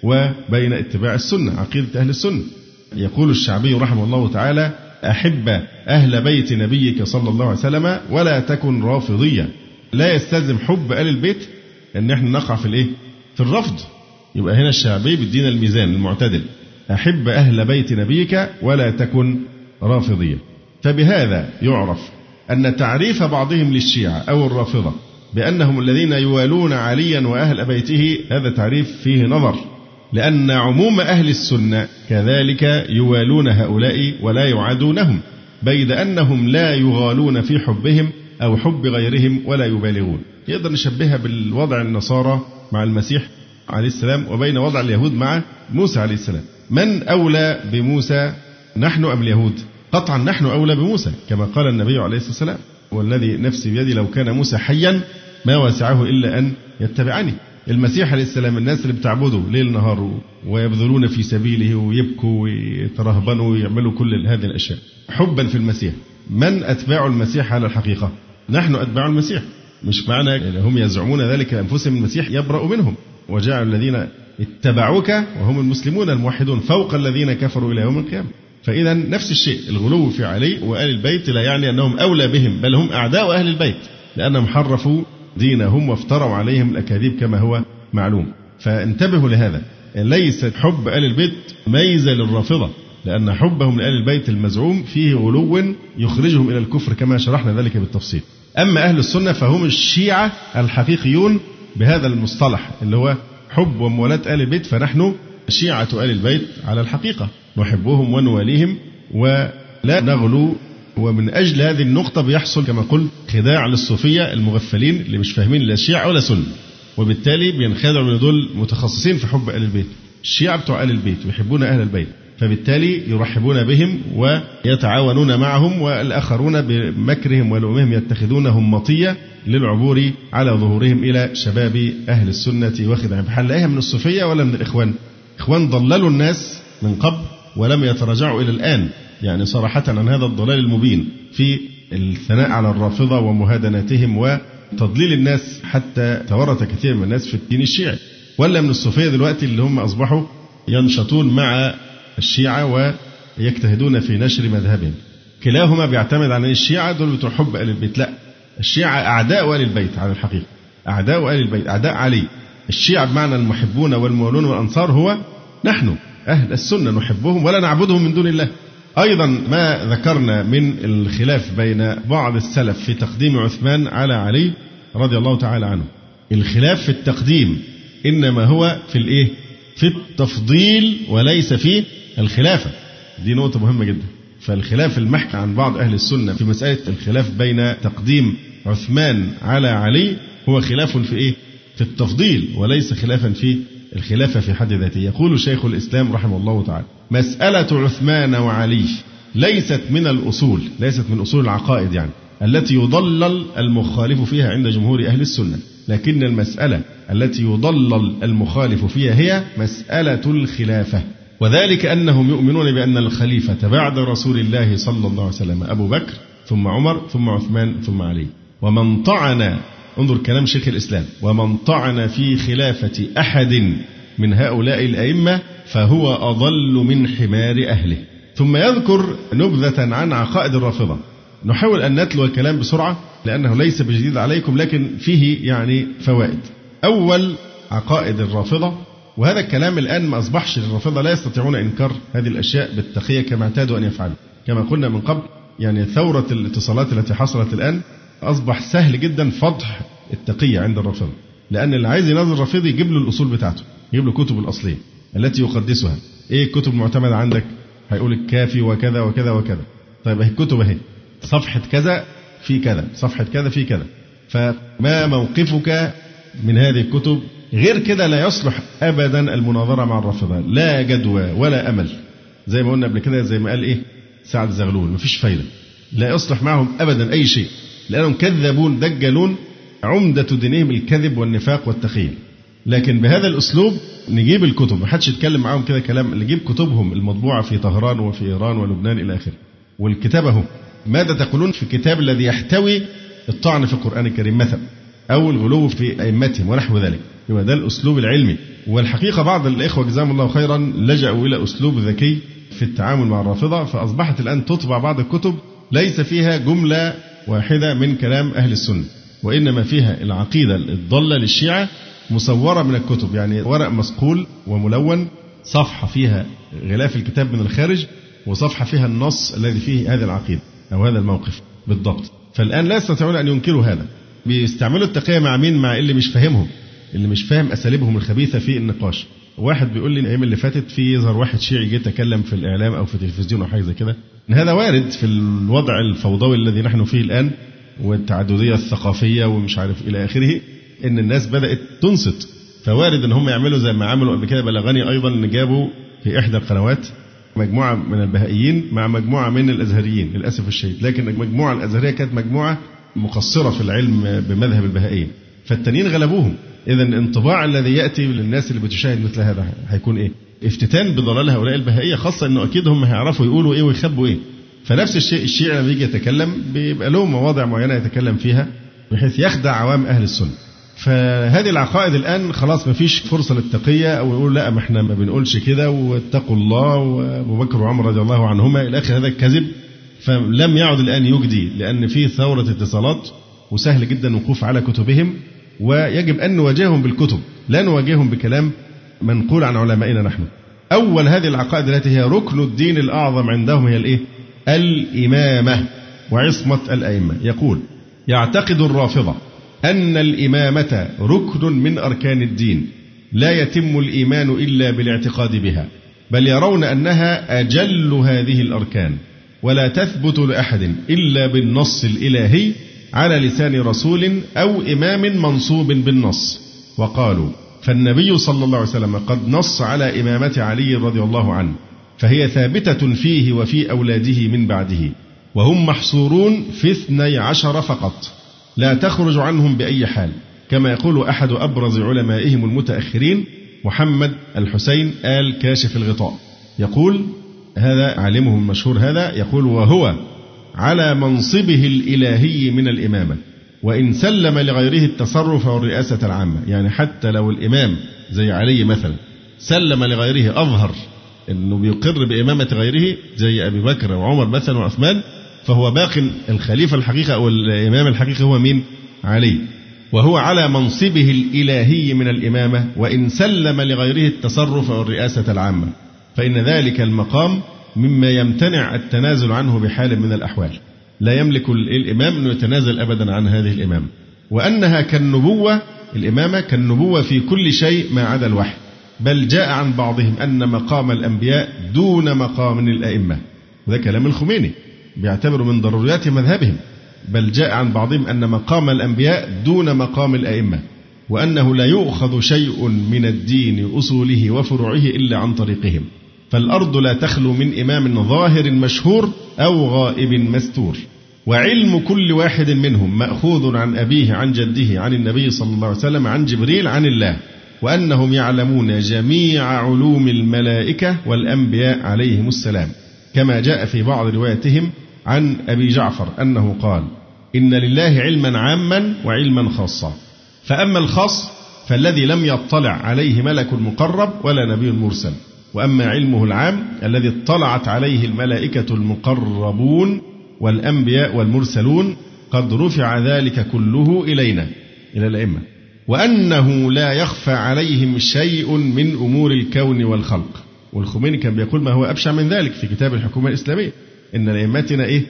وبين اتباع السنة، عقيدة أهل السنة. يقول الشعبي رحمه الله تعالى: أحب أهل بيت نبيك صلى الله عليه وسلم ولا تكن رافضيا. لا يستلزم حب أهل البيت أن احنا نقع في الرفض. يبقى هنا الشعبي بيدينا الميزان المعتدل: أحب أهل بيت نبيك ولا تكن رافضيا. فبهذا يعرف أن تعريف بعضهم للشيعة أو الرافضة بأنهم الذين يوالون عليا وأهل بيته هذا تعريف فيه نظر، لأن عموم أهل السنة كذلك يوالون هؤلاء ولا يعادونهم، بيد أنهم لا يغالون في حبهم أو حب غيرهم ولا يبالغون. يقدر نشبهها بالوضع النصارى مع المسيح عليه السلام وبين وضع اليهود مع موسى عليه السلام. من أولى بموسى، نحن أم اليهود؟ قطعا نحن أولى بموسى، كما قال النبي عليه الصلاة والسلام: والذي نفسي بيدي لو كان موسى حيا ما وسعه إلا أن يتبعني. المسيح عليه السلام الناس اللي بتعبده ليل نهار ويبذلون في سبيله ويبكوا ويترهبنوا ويعملوا كل هذه الأشياء حبا في المسيح، من أتباع المسيح على الحقيقة؟ نحن أتباع المسيح. مش معنى هم يزعمون ذلك أنفسهم المسيح يبرأ منهم: وجعل الذين اتبعوك وهم المسلمون الموحدون فوق الذين كفروا إلى يوم القيامة. فإذا نفس الشيء، الغلو في علي وآل البيت لا يعني أنهم أولى بهم، بل هم أعداء أهل البيت لأنهم حرفوا دينهم وافتروا عليهم الأكاذيب كما هو معلوم. فانتبهوا لهذا، ليس حب آل البيت ميزة للرافضة، لأن حبهم لآل البيت المزعوم فيه غلو يخرجهم إلى الكفر كما شرحنا ذلك بالتفصيل. أما أهل السنة فهم الشيعة الحقيقيون بهذا المصطلح اللي هو حب وموالاة آل البيت، فنحن شيعة آل البيت على الحقيقة، نحبهم ونواليهم ولا نغلو. ومن أجل هذه النقطة بيحصل كما قلت خداع للصوفية المغفلين اللي مش فاهمين لا شيعة ولا سنة، وبالتالي بينخدعوا من دول متخصصين في حب آل البيت. الشيعة بتوع آل البيت ويحبون أهل البيت، فبالتالي يرحبون بهم ويتعاونون معهم، والآخرون بمكرهم ولؤمهم يتخذونهم مطية للعبور على ظهورهم إلى شباب أهل السنة وخدعهم. هنلاقيها من الصوفية ولا من الإخوان؟ إخوان ضللوا الناس من قبل ولم يتراجعوا إلى الآن، يعني صراحة عن هذا الضلال المبين في الثناء على الرافضة ومهادنتهم وتضليل الناس حتى تورط كثير من الناس في الدين الشيعي. ولا من الصوفية دلوقتي اللي هم أصبحوا ينشطون مع الشيعة ويجتهدون في نشر مذهبهم. كلاهما بيعتمد على الشيعة دول بتوع حب آل البيت. لا، الشيعة أعداء آل البيت على الحقيقة، أعداء آل البيت، أعداء علي. الشيعة بمعنى المحبون والمولون والأنصار هو نحن أهل السنة نحبهم ولا نعبدهم من دون الله. أيضا ما ذكرنا من الخلاف بين بعض السلف في تقديم عثمان على علي رضي الله تعالى عنه. الخلاف في التقديم إنما هو في الإيه؟ في التفضيل وليس في الخلافة. دي نقطة مهمة جدا. فالخلاف المحكي عن بعض أهل السنة في مسألة الخلاف بين تقديم عثمان على علي هو خلاف في إيه؟ في التفضيل وليس خلافا في الخلافة في حد ذاته. يقول شيخ الإسلام رحمه الله تعالى: مسألة عثمان وعلي ليست من الأصول، ليست من أصول العقائد يعني التي يضلل المخالف فيها عند جمهور أهل السنة، لكن المسألة التي يضلل المخالف فيها هي مسألة الخلافة، وذلك أنهم يؤمنون بأن الخليفة بعد رسول الله صلى الله عليه وسلم أبو بكر ثم عمر ثم عثمان ثم علي. ومن طعن، انظر كلام شيخ الإسلام، ومن طعن في خلافة أحد من هؤلاء الأئمة فهو أضل من حمار أهله. ثم يذكر نبذة عن عقائد الرافضة. نحاول أن نتلو الكلام بسرعة لأنه ليس بجديد عليكم لكن فيه يعني فوائد. أول عقائد الرافضة، وهذا الكلام الآن ما أصبحش للرافضة لا يستطيعون إنكار هذه الأشياء بالتقية كما اعتادوا أن يفعلوا. كما قلنا من قبل يعني ثورة الاتصالات التي حصلت الآن أصبح سهل جدا فضح التقية عند الرافضة، لأن اللي عايز ينظر رافضي يجيب له الأصول بتاعته، يجيب له كتب الأصلية التي يقدسها. إيه الكتب المعتمدة عندك؟ هيقول الكافي وكذا وكذا وكذا. طيب هي الكتب اهي، صفحة كذا في كذا، صفحة كذا في كذا. فما موقفك من هذه الكتب؟ غير كده لا يصلح أبدا المناظرة مع الرافضة، لا جدوى ولا أمل. زي ما قلنا قبل كده، زي ما قال إيه سعد زغلول، مفيش فايدة، لا يصلح معهم أبدا أي شيء، لأنهم كذابون دجالون، عمدة دينهم الكذب والنفاق والتخيل. لكن بهذا الأسلوب نجيب الكتب، محدش يتكلم معهم كده كلام، نجيب كتبهم المطبوعة في طهران وفي إيران ولبنان إلى آخره. والكتابة ماذا تقولون في الكتاب الذي يحتوي الطعن في القرآن الكريم مثلا، أو الغلو في أئمتهم ونحو ذلك؟ يبقى ده الأسلوب العلمي. والحقيقة بعض الإخوة جزاهم الله خيرا لجأوا إلى أسلوب ذكي في التعامل مع الرافضة، فأصبحت الآن تطبع بعض الكتب ليس فيها جملة واحدة من كلام أهل السنة، وإنما فيها العقيدة الضالة للشيعة مصورة من الكتب، يعني ورق مسقول وملون، صفحة فيها غلاف الكتاب من الخارج وصفحة فيها النص الذي فيه هذه العقيدة أو هذا الموقف بالضبط. فالآن لا يستطيعون أن ينكروا هذا. بيستعملوا التقية مع مين؟ مع اللي مش فاهمهم، اللي مش فاهم أساليبهم الخبيثة في النقاش. واحد بيقول لي الأيام اللي فاتت في يظهر واحد شيعي جه يتكلم في الإعلام أو في التلفزيون أو حاجة زي كده، إن هذا وارد في الوضع الفوضوي الذي نحن فيه الآن والتعددية الثقافية ومش عارف إلى آخره، إن الناس بدأت تنصت. فوارد إن هم يعملوا زي ما عملوا قبل كده. بلغني أيضا إن جابوا في إحدى القنوات مجموعة من البهائيين مع مجموعة من الأزهريين للأسف الشديد، لكن المجموعة الأزهرية كانت مجموعة مقصرة في العلم بمذهب البهائيين، فالتانيين غلبوهم. إذا الانطباع الذي يأتي للناس اللي بتشاهد مثل هذا هيكون إيه؟ افتتان بضلال هؤلاء البهائية، خاصة إنه أكيد هم هيعرفوا يقولوا إيه ويخبوا إيه. فنفس الشيء الشيعي لما يجي يتكلم بيبقى لهم مواضع معينة يتكلم فيها بحيث يخدع عوام أهل السنة. فهذه العقائد الآن خلاص ما فيش فرصة للتقية أو يقول لا ما احنا ما بنقولش كده واتقوا الله وأبو بكر وعمر رضي الله عنهما إلى آخر هذا الكذب. فلم يعد الآن يجدي، لأن في ثورة اتصالات وسهل جدا الوقوف على كتبهم، ويجب أن نواجههم بالكتب لا نواجههم بكلام منقول عن علمائنا نحن. أول هذه العقائد التي هي ركن الدين الأعظم عندهم هي الإيه؟ الإمامة وعصمة الأئمة. يقول: يعتقد الرافضة أن الإمامة ركن من أركان الدين، لا يتم الإيمان إلا بالاعتقاد بها، بل يرون أنها أجل هذه الأركان، ولا تثبت لأحد إلا بالنص الإلهي على لسان رسول أو إمام منصوب بالنص. وقالوا: فالنبي صلى الله عليه وسلم قد نص على إمامة علي رضي الله عنه، فهي ثابتة فيه وفي أولاده من بعده، وهم محصورون في 12 فقط، لا تخرج عنهم بأي حال، كما يقول أحد أبرز علمائهم المتأخرين محمد الحسين آل كاشف الغطاء، يقول هذا عالمهم المشهور هذا، يقول: وهو على منصبه الإلهي من الإمامة، وإن سلم لغيره التصرف والرئاسة العامة. يعني حتى لو الإمام زي علي مثلا سلم لغيره، أظهر أنه بيقر بإمامة غيره زي أبي بكر وعمر مثلا وعثمان، فهو باق الخليفة الحقيقة أو الإمام الحقيقي هو مين؟ علي. وهو على منصبه الإلهي من الإمامة، وإن سلم لغيره التصرف والرئاسة العامة، فإن ذلك المقام مما يمتنع التنازل عنه بحال من الأحوال، لا يملك الإمام أن يتنازل أبدا عن هذه الإمامة، وأنها كالنبوة، الإمامة كالنبوة في كل شيء ما عدا الوحي، بل جاء عن بعضهم أن مقام الأنبياء دون مقام الأئمة، وده كلام الخميني بيعتبر من ضروريات مذهبهم، بل جاء عن بعضهم أن مقام الأنبياء دون مقام الأئمة، وأنه لا يؤخذ شيء من الدين أصوله وفروعه إلا عن طريقهم، فالأرض لا تخلو من إمام ظاهر مشهور أو غائب مستور، وعلم كل واحد منهم مأخوذ عن أبيه عن جده عن النبي صلى الله عليه وسلم عن جبريل عن الله، وأنهم يعلمون جميع علوم الملائكة والأنبياء عليهم السلام، كما جاء في بعض رواياتهم عن أبي جعفر أنه قال: إن لله علما عاما وعلما خاصا، فأما الخاص فالذي لم يطلع عليه ملك مقرب ولا نبي مرسل، وأما علمه العام الذي اطلعت عليه الملائكة المقربون والأنبياء والمرسلون، قد رفع ذلك كله إلينا، إلى الأئمة، وأنه لا يخفى عليهم شيء من أمور الكون والخلق. والخميني كان بيقول ما هو أبشع من ذلك في كتاب الحكومة الإسلامية، إن لأئمتنا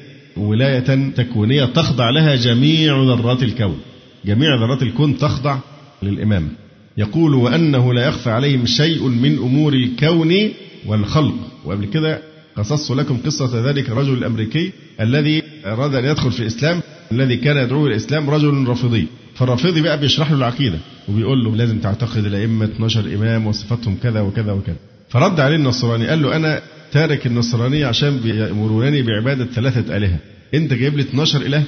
ولاية تكوينية تخضع لها جميع ذرات الكون، جميع ذرات الكون تخضع للإمام. يقول: وأنه لا يخفى عليهم شيء من أمور الكون والخلق. وقبل كده قصصت لكم قصة ذلك الرجل الأمريكي الذي أراد أن يدخل في الإسلام، الذي كان يدعو إلى الإسلام رجل رافضي، فالرافضي بقى بيشرح له العقيدة وبيقول له لازم تعتقد الأئمة 12 إمام وصفاتهم كذا وكذا وكذا، فرد عليه النصراني قال له: أنا تارك النصرانية عشان بيأمرونني بعبادة 3 آلهة، أنت جايب لي 12 إله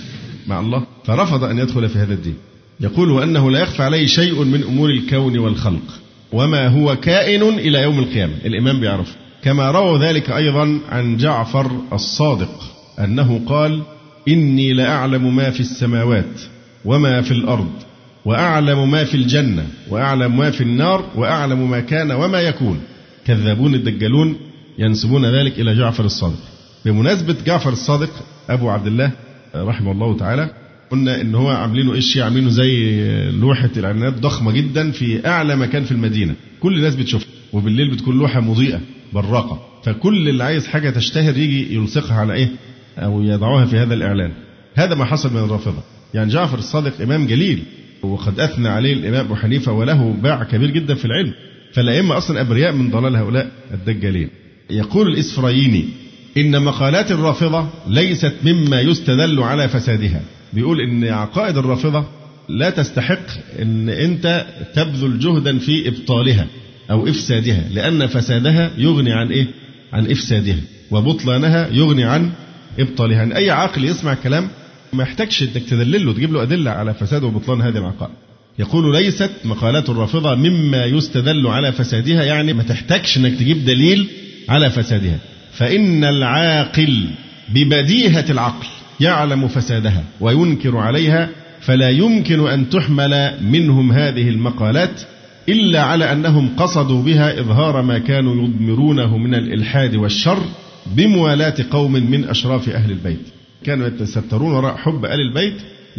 مع الله، فرفض أن يدخل في هذا الدين. يقول: وأنه لا يخفى عليه شيء من أمور الكون والخلق، وما هو كائن إلى يوم القيامة، الإمام بيعرف. كما روى ذلك أيضا عن جعفر الصادق أنه قال: إني لأعلم ما في السماوات وما في الأرض، وأعلم ما في الجنة وأعلم ما في النار، وأعلم ما كان وما يكون. كذابون الدجالون ينسبون ذلك إلى جعفر الصادق. بمناسبة جعفر الصادق أبو عبد الله رحمه الله تعالى، قلنا إن هو عاملينه عاملينه زي لوحة الإعلانات ضخمة جدا في أعلى مكان في المدينة، كل الناس بتشوفها، وبالليل بتكون لوحة مضيئة براقة، فكل اللي عايز حاجة تشتهر يجي يلصقها على أو يضعوها في هذا الإعلان. هذا ما حصل من الرافضة. يعني جعفر الصادق إمام جليل، وقد أثنى عليه الإمام أبو حنيفة وله باع كبير جدا في العلم، فالأئمة أصلا أبرياء من ضلال هؤلاء الدجالين. يقول الإسفرايني: إن مقالات الرافضة ليست مما يستدل على فسادها. بيقول إن عقائد الرافضة لا تستحق إن أنت تبذل جهدا في إبطالها أو إفسادها، لأن فسادها يغني عن عن إفسادها، وبطلانها يغني عن إبطالها. يعني أي عاقل يسمع كلام ما يحتاجش إنك تدلله، تجيب له أدلة على فساد وبطلان هذه العقائد. يقول: ليست مقالات الرافضة مما يستدل على فسادها، يعني ما تحتاجش إنك تجيب دليل على فسادها، فإن العاقل ببديهة العقل يعلم فسادها وينكر عليها، فلا يمكن أن تحمل منهم هذه المقالات إلا على أنهم قصدوا بها إظهار ما كانوا يضمرونه من الإلحاد والشر بموالاة قوم من أشراف أهل البيت. كانوا يتسترون وراء حب آل البيت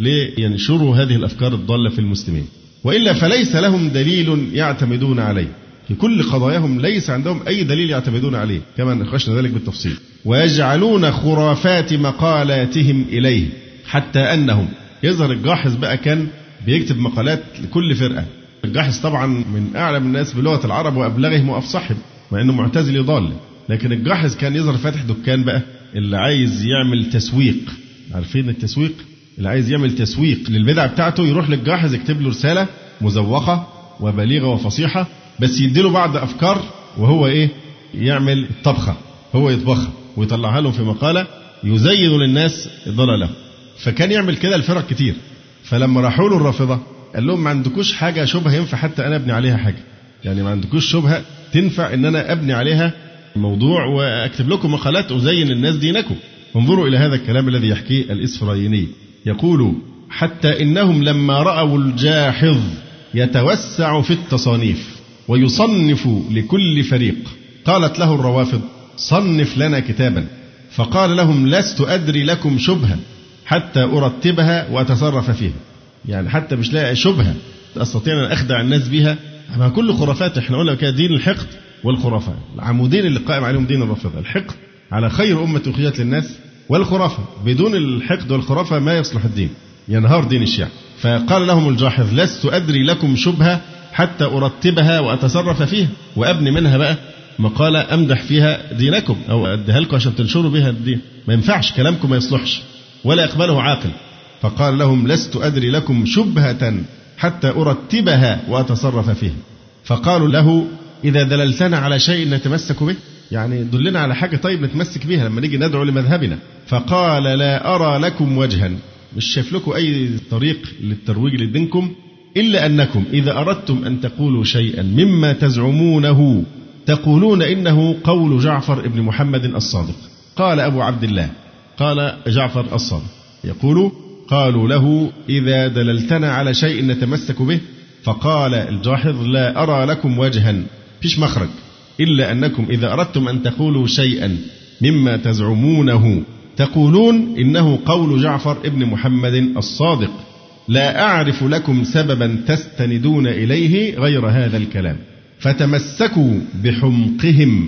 لينشروا هذه الأفكار الضالة في المسلمين، وإلا فليس لهم دليل يعتمدون عليه في كل قضاياهم، ليس عندهم أي دليل يعتمدون عليه، كما ناقشنا ذلك بالتفصيل. ويجعلون خرافات مقالاتهم إليه، حتى أنهم يظهر الجاحظ بقى كان بيكتب مقالات لكل فرقة. الجاحظ طبعا من أعلم الناس بلغة العرب وأبلغهم وأفصحهم، مع أنه معتزلي ضال، لكن الجاحظ كان يظهر فاتح دكان بقى اللي عايز يعمل تسويق. عارفين التسويق؟ اللي عايز يعمل تسويق للبدع بتاعته يروح للجاحظ يكتب له رسالة مزوقة وبليغة وفصيحة، بس يديله بعض أفكار وهو يعمل طبخة، هو يطبخها ويطلعها لهم في مقالة يزين للناس ضلالهم. فكان يعمل كده الفرق كتير. فلما راحوا له الرافضة قال لهم ما عندكوش حاجة شبهة ينفع حتى أنا أبني عليها حاجة، يعني ما عندكوش شبهة تنفع إن أنا أبني عليها موضوع وأكتب لكم مقالات أزين الناس دينكم. انظروا إلى هذا الكلام الذي يحكيه الإسفرايني، يقول حتى إنهم لما رأوا الجاحظ يتوسع في التصانيف ويصنف لكل فريق قالت له الروافض صنف لنا كتابا، فقال لهم لست أدري لكم شبهة حتى أرتبها وأتصرف فيها. يعني حتى مش لاقي شبهة أستطيع أن أخدع الناس بها، ما كل خرافات. احنا قلنا كده دين الحقد والخرافة، العمودين اللي قائم عليهم دين الرافضة، الحقد على خير أمة أخرجت للناس، والخرافة بدون الحقد والخرافة ما يصلح الدين، ينهار دين الشيعة. فقال لهم الجاحظ لست أدري لكم شبهة حتى أرتبها وأتصرف فيها، وأبني منها بقى مقالة أمدح فيها دينكم أو أديها لكم عشان تنشروا بها الدين. ما ينفعش، كلامكم ما يصلحش ولا يقبله عاقل. فقال لهم لست أدري لكم شبهة حتى أرتبها وأتصرف فيها. فقالوا له إذا دللتنا على شيء نتمسك به، يعني دلنا على حاجة طيب نتمسك بها لما نيجي ندعو لمذهبنا. فقال لا أرى لكم وجها، مش شايف لكم أي طريق للترويج لدينكم إلا أنكم إذا أردتم أن تقولوا شيئا مما تزعمونه تقولون إنه قول جعفر ابن محمد الصادق. قال أبو عبد الله، قال جعفر الصادق يقول قالوا له إذا دللتنا على شيء نتمسك به، فقال الجاحظ لا أرى لكم وجها، فيش مخرج إلا أنكم إذا أردتم أن تقولوا شيئا مما تزعمونه تقولون إنه قول جعفر ابن محمد الصادق، لا أعرف لكم سببا تستندون إليه غير هذا الكلام، فتمسكوا بحمقهم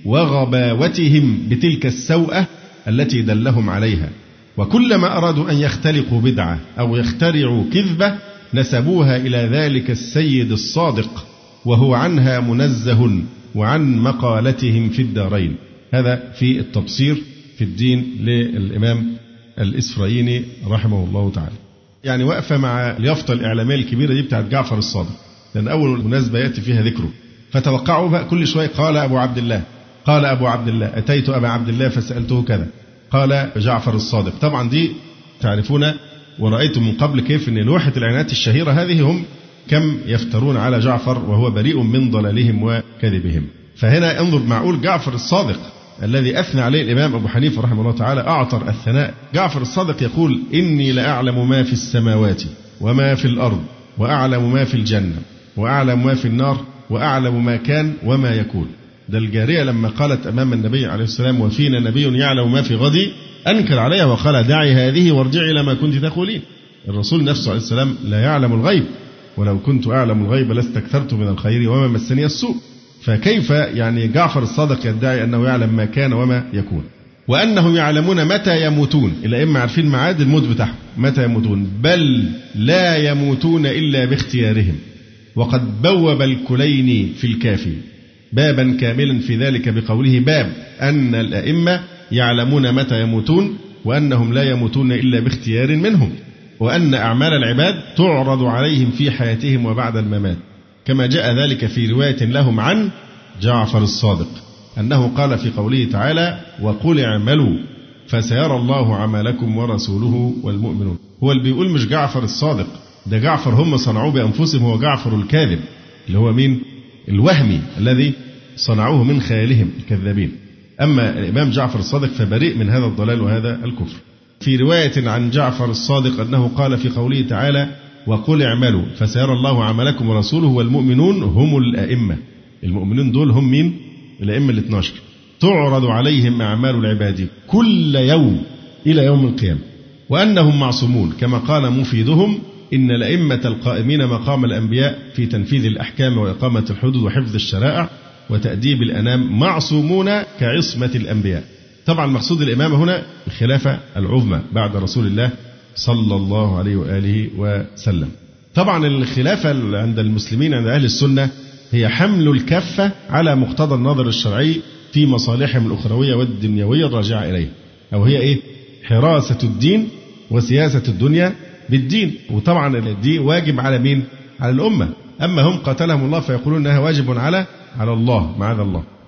وغباوتهم بتلك السوءة التي دلهم عليها، وكلما أرادوا أن يختلقوا بدعة أو يخترعوا كذبة نسبوها إلى ذلك السيد الصادق وهو عنها منزه وعن مقالتهم في الدارين. هذا في التبصير في الدين للإمام الإسفرايني رحمه الله تعالى. يعني وقفة مع اليافطة الإعلامية الكبيرة دي بتاعت جعفر الصادق، لأن أول مناسبة يأتي فيها ذكره، فتوقعوا بقى كل شوية قال أبو عبد الله، قال أبو عبد الله، أتيت أبا عبد الله فسألته كذا، قال جعفر الصادق. طبعا دي تعرفون ورأيتم من قبل كيف أن لوحة العنايات الشهيرة هذه هم كم يفترون على جعفر وهو بريء من ضلالهم وكذبهم. فهنا انظر، معقول جعفر الصادق الذي أثنى عليه الإمام أبو حنيفة رحمه الله تعالى أعطر الثناء، جعفر الصادق يقول إني لأعلم ما في السماوات وما في الأرض وأعلم ما في الجنة وأعلم ما في النار وأعلم ما كان وما يكون. ده الجارية لما قالت أمام النبي عليه السلام وفينا نبي يعلم ما في غد أنكر عليها وقال دعي هذه وارجعي إلى ما كنت تقولين. الرسول نفسه عليه السلام لا يعلم الغيب، ولو كنت أعلم الغيب لاستكثرت من الخير وما مسني السوء. فكيف يعني جعفر الصادق يدعي أنه يعلم ما كان وما يكون، وأنهم يعلمون متى يموتون، الأئمة عارفين ميعاد الموت بتاعهم متى يموتون، بل لا يموتون إلا باختيارهم. وقد بوب الكليني في الكافي بابا كاملا في ذلك بقوله باب أن الأئمة يعلمون متى يموتون وأنهم لا يموتون إلا باختيار منهم، وأن أعمال العباد تعرض عليهم في حياتهم وبعد الممات، كما جاء ذلك في رواية لهم عن جعفر الصادق أنه قال في قوله تعالى وقل اعملوا فسيرى الله عملكم ورسوله والمؤمنون. هو اللي بيقول مش جعفر الصادق، ده جعفر هم صنعوه بأنفسهم، هو جعفر الكاذب اللي هو مين؟ الوهمي الذي صنعوه من خيالهم الكذابين. أما الإمام جعفر الصادق فبريء من هذا الضلال وهذا الكفر. في رواية عن جعفر الصادق أنه قال في قوله تعالى وقل اعملوا فسيرى الله عملكم ورسوله والمؤمنون هم الأئمة. المؤمنون دول هم مين؟ الأئمة ال12. تعرض عليهم أعمال العباد كل يوم إلى يوم القيامة، وأنهم معصومون كما قال مفيدهم إن الأئمة القائمين مقام الأنبياء في تنفيذ الأحكام وإقامة الحدود وحفظ الشرائع وتأديب الأنام معصومون كعصمة الأنبياء. طبعا مقصود الإمامة هنا الخلافة العظمى بعد رسول الله صلى الله عليه وآله وسلم. طبعا الخلافة عند المسلمين عند أهل السنة هي حمل الكفة على مقتضى النظر الشرعي في مصالحهم الأخروية والدنيوية الراجعة إليه، أو هي إيه؟ حراسة الدين وسياسة الدنيا بالدين. وطبعا الدين واجب على مين؟ على الأمة. أما هم قاتلهم الله فيقولون أنها واجب على الله معاذ الله.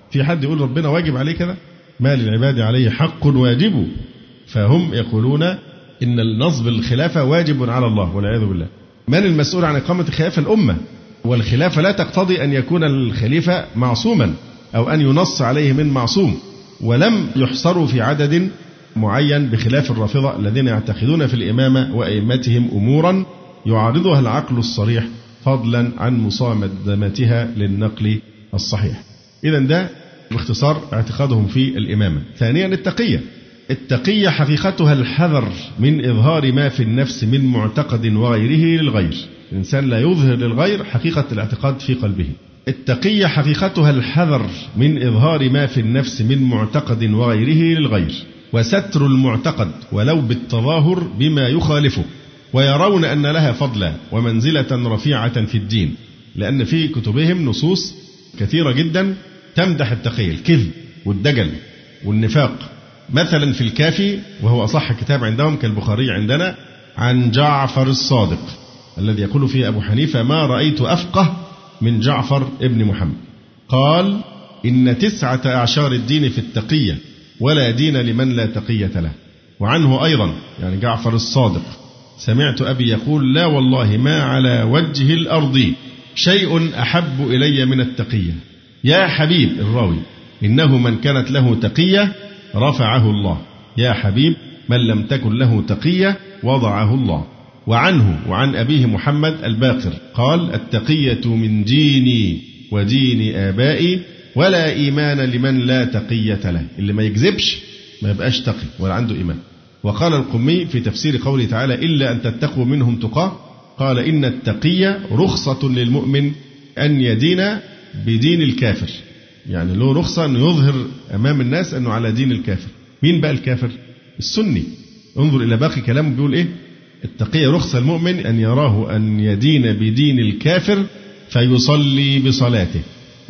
في حد يقول ربنا واجب عليه كده؟ ما للعباد عليه حق واجب. فهم يقولون إن النصب الخلافة واجب على الله والعياذ بالله. من المسؤول عن إقامة الخلافة؟ الأمة. والخلافة لا تقتضي أن يكون الخليفة معصوما أو أن ينص عليه من معصوم. ولم يحصروا في عدد معين بخلاف الرافضة الذين يعتقدون في الإمامة وأئمتهم أمورا يعارضها العقل الصريح فضلا عن مصادمتها للنقل الصحيح. إذا ده باختصار اعتقادهم في الإمامة. ثانيا التقية. التقية حقيقتها الحذر من إظهار ما في النفس من معتقد وغيره للغير. الإنسان لا يظهر للغير حقيقة الاعتقاد في قلبه. التقية حقيقتها الحذر من إظهار ما في النفس من معتقد وغيره للغير، وستر المعتقد ولو بالتظاهر بما يخالفه، ويرون أن لها فضلا ومنزلة رفيعة في الدين، لأن في كتبهم نصوص كثيرة جدا تمدح التقية، الكذب والدجل والنفاق. مثلا في الكافي، وهو أصح كتاب عندهم كالبخاري عندنا، عن جعفر الصادق الذي يقول فيه أبو حنيفة: ما رأيت أفقه من جعفر ابن محمد. قال: إن 9 أعشار الدين في التقية، ولا دين لمن لا تقية له. وعنه أيضا يعني جعفر الصادق: سمعت أبي يقول: لا والله ما على وجه الأرض شيء أحب إلي من التقية. يا حبيب الراوي، إنه من كانت له تقية رفعه الله، يا حبيب من لم تكن له تقية وضعه الله. وعنه وعن أبيه محمد الباقر قال: التقية من ديني ودين آبائي، ولا إيمان لمن لا تقية له. اللي ما يكذبش ما يبقاش تقي ولا عنده إيمان. وقال القمي في تفسير قوله تعالى: إلا أن تتقوا منهم تقاه، قال: إن التقية رخصة للمؤمن أن يدين بدين الكافر، يعني له رخصة أن يظهر أمام الناس أنه على دين الكافر. مين بقى الكافر؟ السني. انظر إلى باقي كلامه بيقول إيه: التقية رخصة المؤمن أن يراه أن يدين بدين الكافر فيصلي بصلاته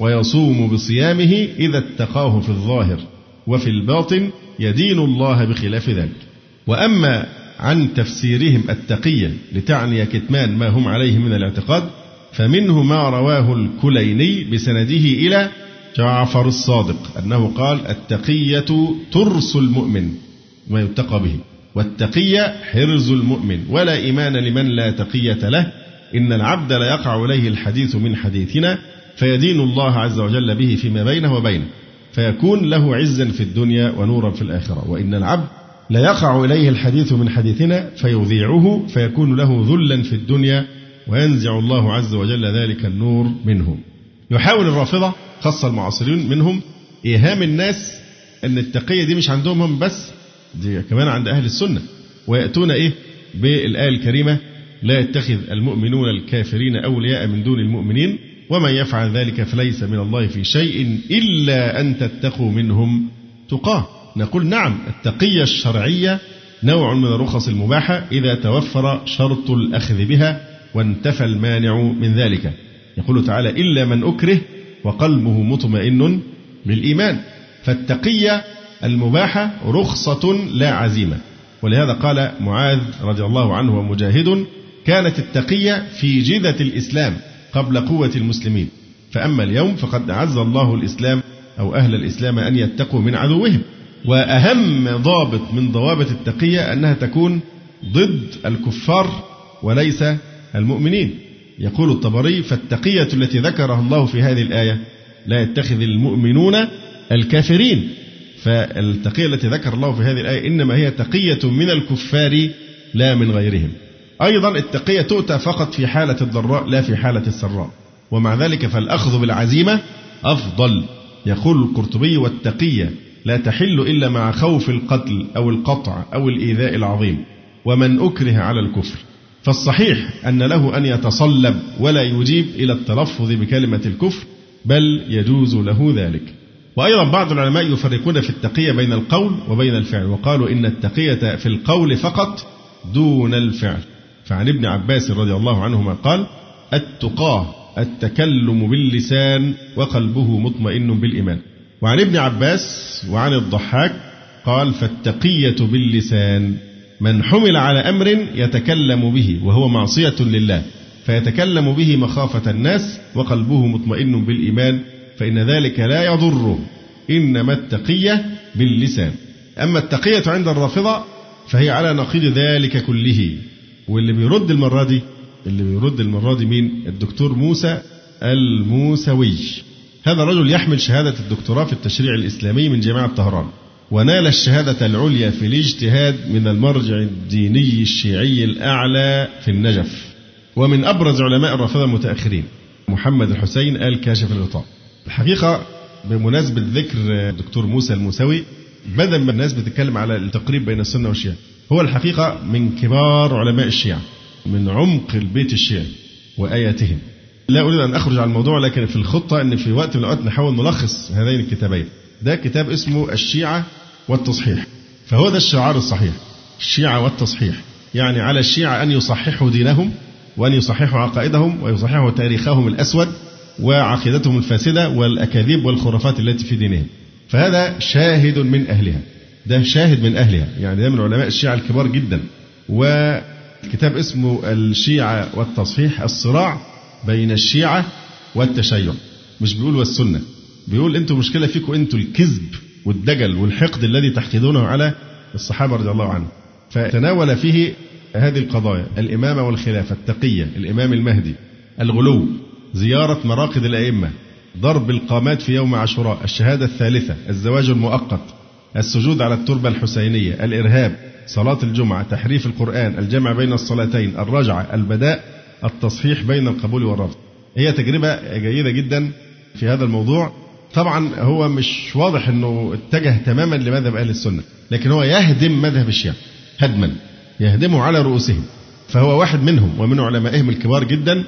ويصوم بصيامه إذا اتقاه في الظاهر، وفي الباطن يدين الله بخلاف ذلك. وأما عن تفسيرهم التقية لتعني كتمان ما هم عليه من الاعتقاد، فمنه ما رواه الكليني بسنده إلى جعفر الصادق أنه قال: التقية ترس المؤمن ما يتقى به، والتقية حرز المؤمن، ولا إيمان لمن لا تقية له. إن العبد لا يقع إليه الحديث من حديثنا فيدين الله عز وجل به فيما بينه وبينه، فيكون له عزا في الدنيا ونورا في الآخرة. وإن العبد لا يقع إليه الحديث من حديثنا فيذيعه فيكون له ذلا في الدنيا، وينزع الله عز وجل ذلك النور منه. يحاول الرافضة خاصة المعاصرين منهم إيهام الناس أن التقية دي مش عندهم هم بس، دي كمان عند أهل السنة. ويأتون بالآية الكريمة: لا يتخذ المؤمنون الكافرين أولياء من دون المؤمنين ومن يفعل ذلك فليس من الله في شيء إلا أن تتقوا منهم تقاه. نقول نعم، التقية الشرعية نوع من الرخص المباحة إذا توفر شرط الأخذ بها وانتفى المانع من ذلك. يقول تعالى: إلا من أكره وقلبه مطمئن بالإيمان. فالتقية المباحة رخصة لا عزيمة. ولهذا قال معاذ رضي الله عنه ومجاهد: كانت التقية في جذة الإسلام قبل قوة المسلمين، فأما اليوم فقد أعز الله الإسلام أو أهل الإسلام أن يتقوا من عدوهم. وأهم ضابط من ضوابط التقية أنها تكون ضد الكفار وليس المؤمنين. يقول الطبري: فالتقية التي ذكرها الله في هذه الآية لا يتخذ المؤمنون الكافرين. فالتقية التي ذكر الله في هذه الآية إنما هي تقية من الكفار لا من غيرهم. أيضا التقية تؤتى فقط في حالة الضراء لا في حالة السراء، ومع ذلك فالأخذ بالعزيمة أفضل. يقول القرطبي: والتقية لا تحل إلا مع خوف القتل أو القطع أو الإيذاء العظيم، ومن أكره على الكفر. فالصحيح أن له أن يتصلب ولا يجيب إلى التلفظ بكلمة الكفر، بل يجوز له ذلك. وأيضا بعض العلماء يفرقون في التقية بين القول وبين الفعل، وقالوا إن التقية في القول فقط دون الفعل. فعن ابن عباس رضي الله عنهما قال: التقاه التكلم باللسان وقلبه مطمئن بالإيمان. وعن ابن عباس وعن الضحاك قال: فالتقية باللسان من حمل على أمر يتكلم به وهو معصية لله فيتكلم به مخافة الناس وقلبه مطمئن بالإيمان فإن ذلك لا يضره، إنما التقية باللسان. أما التقية عند الرافضة فهي على نقيض ذلك كله. واللي بيرد المرة دي مين؟ الدكتور موسى الموسوي. هذا رجل يحمل شهادة الدكتوراه في التشريع الإسلامي من جامعة طهران، ونال الشهادة العليا في الاجتهاد من المرجع الديني الشيعي الأعلى في النجف. ومن أبرز علماء الرافضة المتأخرين محمد الحسين آل كاشف الغطاء. الحقيقة بمناسبة ذكر الدكتور موسى الموسوي، بدل ما الناس بتتكلم على التقريب بين السنة والشيعة، هو الحقيقة من كبار علماء الشيعة، من عمق البيت الشيعي وآياتهم. لا أريد أن أخرج عن الموضوع، لكن في الخطة أن في وقت من الأوقات نحاول نلخص هذين الكتابين. ده كتاب اسمه الشيعة والتصحيح، فهو ده الشعار الصحيح، الشيعة والتصحيح. يعني على الشيعة أن يصححوا دينهم، وأن يصححوا عقائدهم، ويصححوا تاريخهم الأسود وعقيدتهم الفاسدة والأكاذيب والخرافات التي في دينهم. فهذا شاهد من أهلها، ده شاهد من أهلها، يعني ده من علماء الشيعة الكبار جدا. وكتاب اسمه الشيعة والتصحيح، الصراع بين الشيعة والتشيع. مش بيقول والسنة، بيقول أنتوا مشكلة فيكم أنتوا الكذب والدجل والحقد الذي تحقدونه على الصحابة رضي الله عنهم. فتناول فيه هذه القضايا: الإمامة والخلافة، التقية، الإمام المهدي، الغلو، زيارة مراقد الأئمة، ضرب القامات في يوم عاشوراء، الشهادة الثالثة، الزواج المؤقت، السجود على التربة الحسينية، الإرهاب، صلاة الجمعة، تحريف القرآن، الجمع بين الصلاتين، الرجعة، البداء، التصحيح بين القبول والرفض. هي تجربة جيدة جدا في هذا الموضوع. طبعا هو مش واضح أنه اتجه تماما لمذهب أهل السنة، لكن هو يهدم مذهب الشيعة هدما، يهدمه على رؤوسهم. فهو واحد منهم ومن علمائهم الكبار جدا،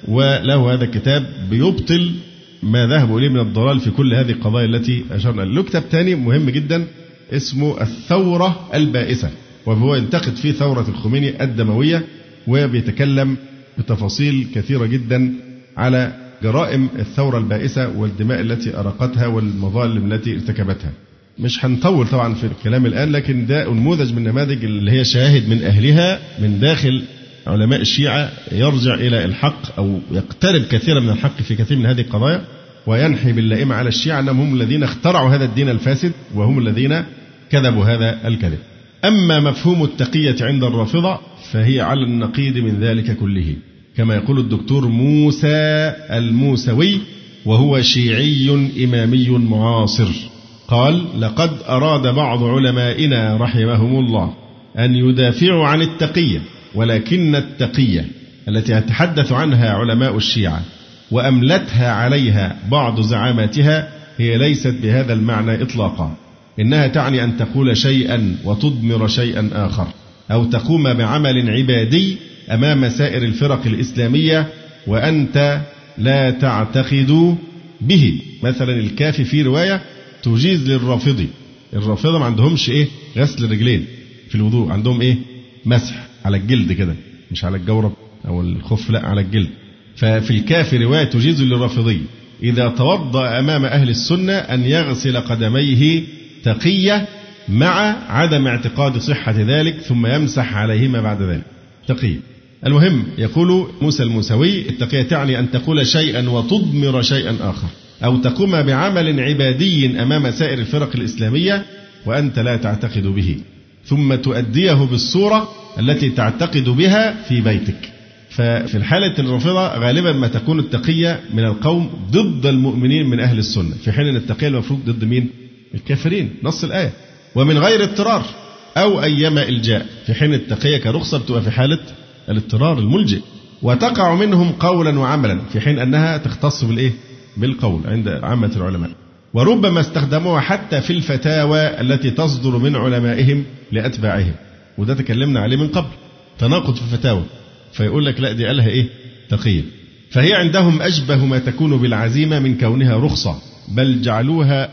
وله هذا الكتاب بيبطل ما ذهبوا إليه من الضلال في كل هذه القضايا التي أشرنا. له كتاب تاني مهم جدا اسمه الثورة البائسة، وهو ينتقد فيه ثورة الخميني الدموية، وبيتكلم بتفاصيل كثيرة جدا على جرائم الثورة البائسة والدماء التي أراقتها والمظالم التي ارتكبتها. مش هنطول طبعا في الكلام الآن، لكن ده نموذج من نماذج اللي هي شاهد من أهلها من داخل علماء الشيعة، يرجع إلى الحق أو يقترب كثيرا من الحق في كثير من هذه القضايا، وينحي باللائمة على الشيعة أنهم هم الذين اخترعوا هذا الدين الفاسد، وهم الذين كذبوا هذا الكذب. أما مفهوم التقية عند الرافضة فهي على النقيض من ذلك كله، كما يقول الدكتور موسى الموسوي، وهو شيعي إمامي معاصر. قال: لقد أراد بعض علمائنا رحمهم الله أن يدافعوا عن التقية، ولكن التقية التي يتحدث عنها علماء الشيعة وأملتها عليها بعض زعاماتها هي ليست بهذا المعنى إطلاقا. إنها تعني أن تقول شيئا وتضمر شيئا آخر، أو تقوم بعمل عبادي أمام سائر الفرق الإسلامية وأنت لا تعتقد به. مثلا الكافي في رواية تجيز للرافضي، الرافضة ما عندهمش غسل الرجلين في الوضوء، عندهم مسح على الجلد كده، مش على الجورب أو الخف، لا على الجلد. ففي الكافي رواية تجيز للرافضي إذا توضأ أمام أهل السنة أن يغسل قدميه تقية مع عدم اعتقاد صحة ذلك، ثم يمسح عليهما بعد ذلك تقية. المهم يقول موسى الموسوي: التقية تعني أن تقول شيئا وتضمر شيئا آخر، أو تقوم بعمل عبادي أمام سائر الفرق الإسلامية وأنت لا تعتقد به، ثم تؤديه بالصورة التي تعتقد بها في بيتك. ففي الحالة الرافضة غالبا ما تكون التقية من القوم ضد المؤمنين من أهل السنة، في حين أن التقية المفروض ضد مين؟ الكافرين، نص الآية، ومن غير اضطرار أو أيما إلجاء، في حين التقية كرخصة بتبقى في حالة الاضطرار الملجئ، وتقع منهم قولا وعملا، في حين أنها تختص بالقول عند عامة العلماء. وربما استخدموها حتى في الفتاوى التي تصدر من علمائهم لأتباعهم، وده تكلمنا عليه من قبل، تناقض في الفتاوى، فيقول لك لا دي قالها تقية. فهي عندهم أشبه ما تكون بالعزيمة من كونها رخصة، بل جعلوها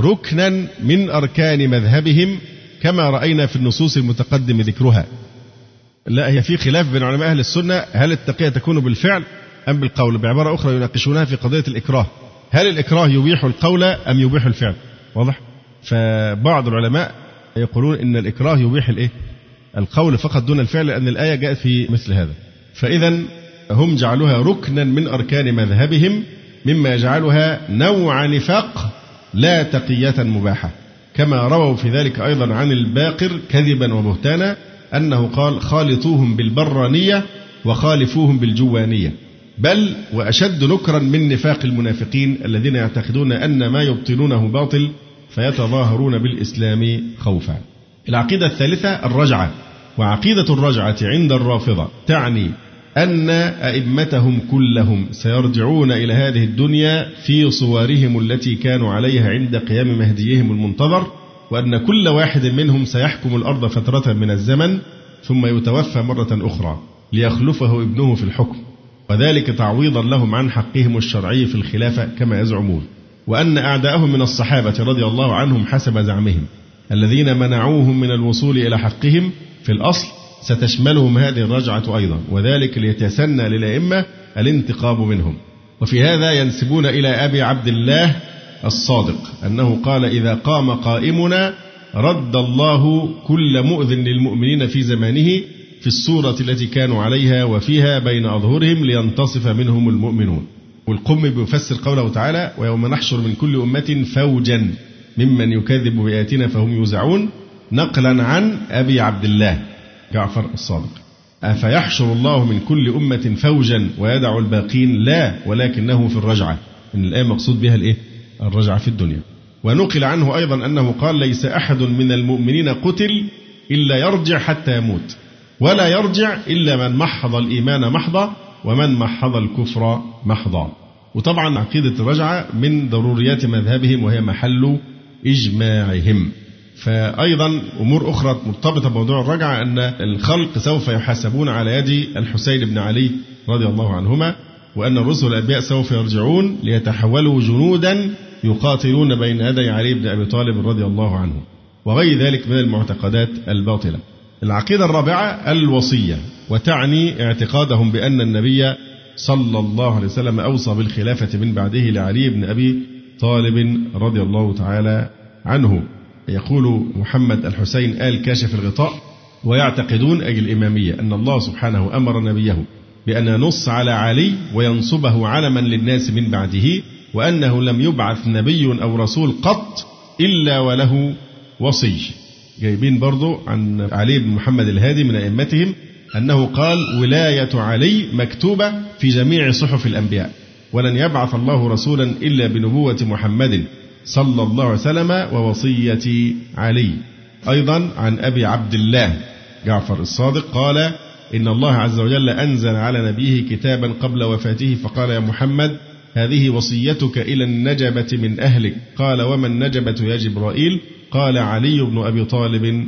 ركنا من أركان مذهبهم كما رأينا في النصوص المتقدم ذكرها. لا، هي في خلاف بين علماء أهل السنة هل التقية تكون بالفعل أم بالقول. بعبارة أخرى يناقشونها في قضية الإكراه، هل الإكراه يبيح القول أم يبيح الفعل؟ واضح؟ فبعض العلماء يقولون إن الإكراه يبيح القول فقط دون الفعل، لأن الآية جاءت في مثل هذا. فإذا هم جعلوها ركنا من أركان مذهبهم مما يجعلها نوع نفاق لا تقية مباحة، كما رووا في ذلك أيضا عن الباقر كذبا وبهتانا أنه قال: خالطوهم بالبرانية وخالفوهم بالجوانية. بل وأشد نكرا من نفاق المنافقين الذين يعتقدون أن ما يبطلونه باطل فيتظاهرون بالإسلام خوفا. العقيدة الثالثة الرجعة. وعقيدة الرجعة عند الرافضة تعني أن أئمتهم كلهم سيرجعون إلى هذه الدنيا في صورهم التي كانوا عليها عند قيام مهديهم المنتظر، وأن كل واحد منهم سيحكم الأرض فترة من الزمن ثم يتوفى مرة أخرى ليخلفه ابنه في الحكم، وذلك تعويضا لهم عن حقهم الشرعي في الخلافة كما يزعمون. وأن أعداءهم من الصحابة رضي الله عنهم حسب زعمهم الذين منعوهم من الوصول إلى حقهم في الأصل ستشملهم هذه الرجعة أيضا، وذلك ليتسنى للأئمة الانتقام منهم. وفي هذا ينسبون إلى أبي عبد الله الصادق أنه قال: إذا قام قائمنا رد الله كل مؤذ للمؤمنين في زمانه في الصورة التي كانوا عليها وفيها بين أظهرهم لينتصف منهم المؤمنون. والقم بيفسر قوله تعالى: ويوم نحشر من كل أمة فوجا ممن يكذب بآياتنا فهم يوزعون، نقلا عن أبي عبد الله جعفر الصادق. أفيحشر الله من كل أمة فوجا ويدع الباقين؟ لا، ولكنه في الرجعة. إن الآية مقصود بها الإيه؟ الرجعة في الدنيا. ونقل عنه أيضا أنه قال: ليس أحد من المؤمنين قتل إلا يرجع حتى يموت، ولا يرجع إلا من محض الإيمان محضا ومن محض الكفر محضا. وطبعا عقيدة الرجعة من ضروريات مذهبهم وهي محل إجماعهم. فأيضا أمور أخرى مرتبطة بموضوع الرجعة أن الخلق سوف يحاسبون على يد الحسين بن علي رضي الله عنهما، وأن الرسل والأنبياء سوف يرجعون ليتحولوا جنودا يقاتلون بين يدي علي بن أبي طالب رضي الله عنه، وغير ذلك من المعتقدات الباطلة. العقيدة الرابعة الوصية، وتعني اعتقادهم بأن النبي صلى الله عليه وسلم أوصى بالخلافة من بعده لعلي بن أبي طالب رضي الله تعالى عنه. يقول محمد الحسين آل كاشف الغطاء: ويعتقدون أي الإمامية أن الله سبحانه أمر نبيه بأن ينص على علي وينصبه علما للناس من بعده، وأنه لم يبعث نبي أو رسول قط إلا وله وصي. جايبين برضو عن علي بن محمد الهادي من أئمتهم أنه قال: ولاية علي مكتوبة في جميع صحف الأنبياء، ولن يبعث الله رسولا إلا بنبوة محمد صلى الله عليه وسلم ووصية علي. أيضا عن أبي عبد الله جعفر الصادق قال: إن الله عز وجل أنزل على نبيه كتابا قبل وفاته فقال: يا محمد هذه وصيتك إلى النجبة من أهلك. قال: وما النجبة يا جبرائيل؟ قال: علي بن أبي طالب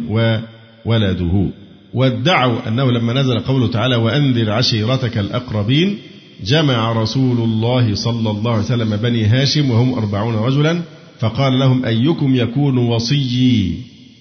وولده. وادعوا أنه لما نزل قوله تعالى: وأنذر عشيرتك الأقربين، جمع رسول الله صلى الله عليه وسلم بني هاشم وهم 40 رجلا، فقال لهم: أيكم يكون وصيي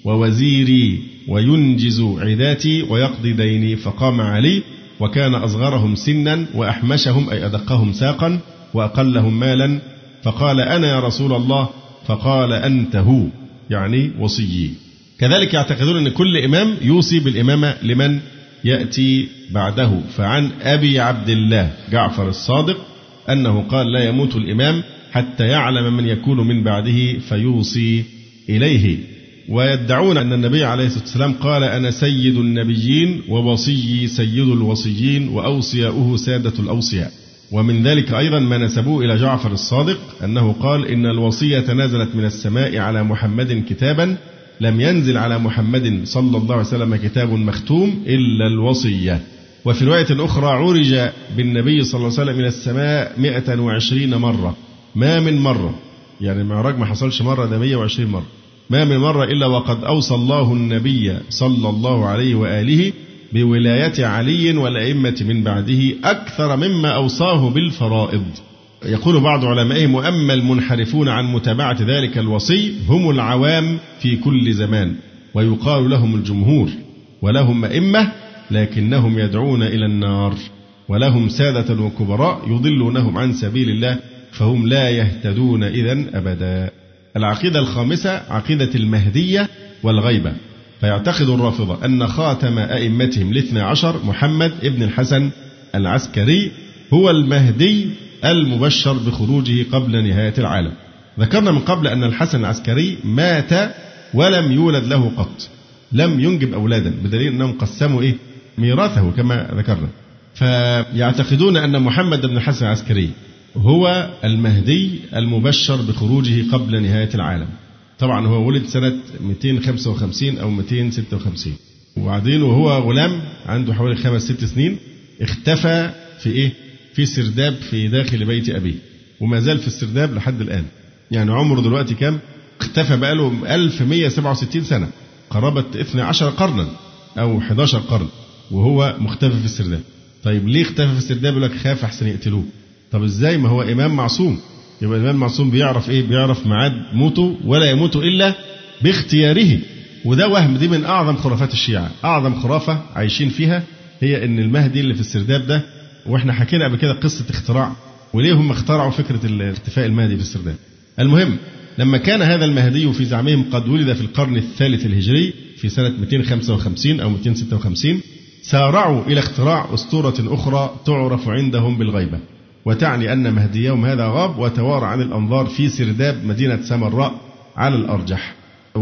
ووزيري وينجز عداتي ويقضي ديني؟ فقام علي، وكان أصغرهم سنا وأحمشهم أي أدقهم ساقا وأقلهم مالا، فقال: أنا يا رسول الله. فقال: أنت هو، يعني وصيي. كذلك يعتقدون أن كل إمام يوصي بالإمامة لمن يأتي بعده. فعن أبي عبد الله جعفر الصادق أنه قال: لا يموت الإمام حتى يعلم من يكون من بعده فيوصي إليه. ويدعون أن النبي عليه الصلاة والسلام قال: أنا سيد النبيين ووصيي سيد الوصيين وأوصياؤه سادة الأوصياء. ومن ذلك أيضا ما نسبوه إلى جعفر الصادق أنه قال: إن الوصية نزلت من السماء على محمد كتابا لم ينزل على محمد صلى الله عليه وسلم كتاب مختوم إلا الوصية. وفي رواية أخرى: عرج بالنبي صلى الله عليه وسلم إلى السماء 120 مرة، ما من مرة، يعني المعراج ما حصلش مرة، ده 120 مرة، ما من مرة إلا وقد أوصى الله النبي صلى الله عليه وآله بولاية علي والأئمة من بعده أكثر مما أوصاه بالفرائض. يقول بعض علمائهم: وأما المنحرفون عن متابعة ذلك الوصي هم العوام في كل زمان، ويقال لهم الجمهور، ولهم أئمة لكنهم يدعون إلى النار، ولهم سادة وكبراء يضلونهم عن سبيل الله، فهم لا يهتدون إذن أبدا. العقيدة الخامسة عقيدة المهدية والغيبة. فيعتقد الرافضة أن خاتم أئمتهم 12 محمد ابن الحسن العسكري هو المهدي المبشر بخروجه قبل نهاية العالم. ذكرنا من قبل أن الحسن العسكري مات ولم يولد له قط، لم ينجب أولادا، بدليل أنهم قسموا ميراثه كما ذكرنا. فيعتقدون أن محمد بن الحسن العسكري هو المهدي المبشر بخروجه قبل نهاية العالم. طبعا هو ولد سنة 255 أو 256، وبعدين وهو غلام عنده حوالي 5-6 سنين اختفى في سرداب في داخل بيت أبيه، وما زال في السرداب لحد الآن. يعني عمره دلوقتي كام؟ اختفى بقاله 1167 سنة، قرابة 12 قرنا أو 11 قرن وهو مختفي في السرداب. طيب ليه اختفى في السرداب؟ يقول لك خاف أحسن يقتلوه. طب إزاي؟ ما هو إمام معصوم، يبقى الإمام معصوم بيعرف بيعرف ميعاد موته ولا يموت إلا باختياره. وده وهم، دي من أعظم خرافات الشيعة. أعظم خرافة عايشين فيها هي إن المهدي اللي في السرداب ده، وإحنا حكينا قبل كده قصة اختراع وليه هم اخترعوا فكرة اختفاء المهدي في السرداب. المهم، لما كان هذا المهدي في زعمهم قد ولد في القرن الثالث الهجري في سنة 255 أو 256، سارعوا إلى اختراع أسطورة أخرى تعرف عندهم بالغيبة، وتعني أن مهديهم هذا غاب وتوارى عن الأنظار في سرداب مدينة سامراء على الأرجح،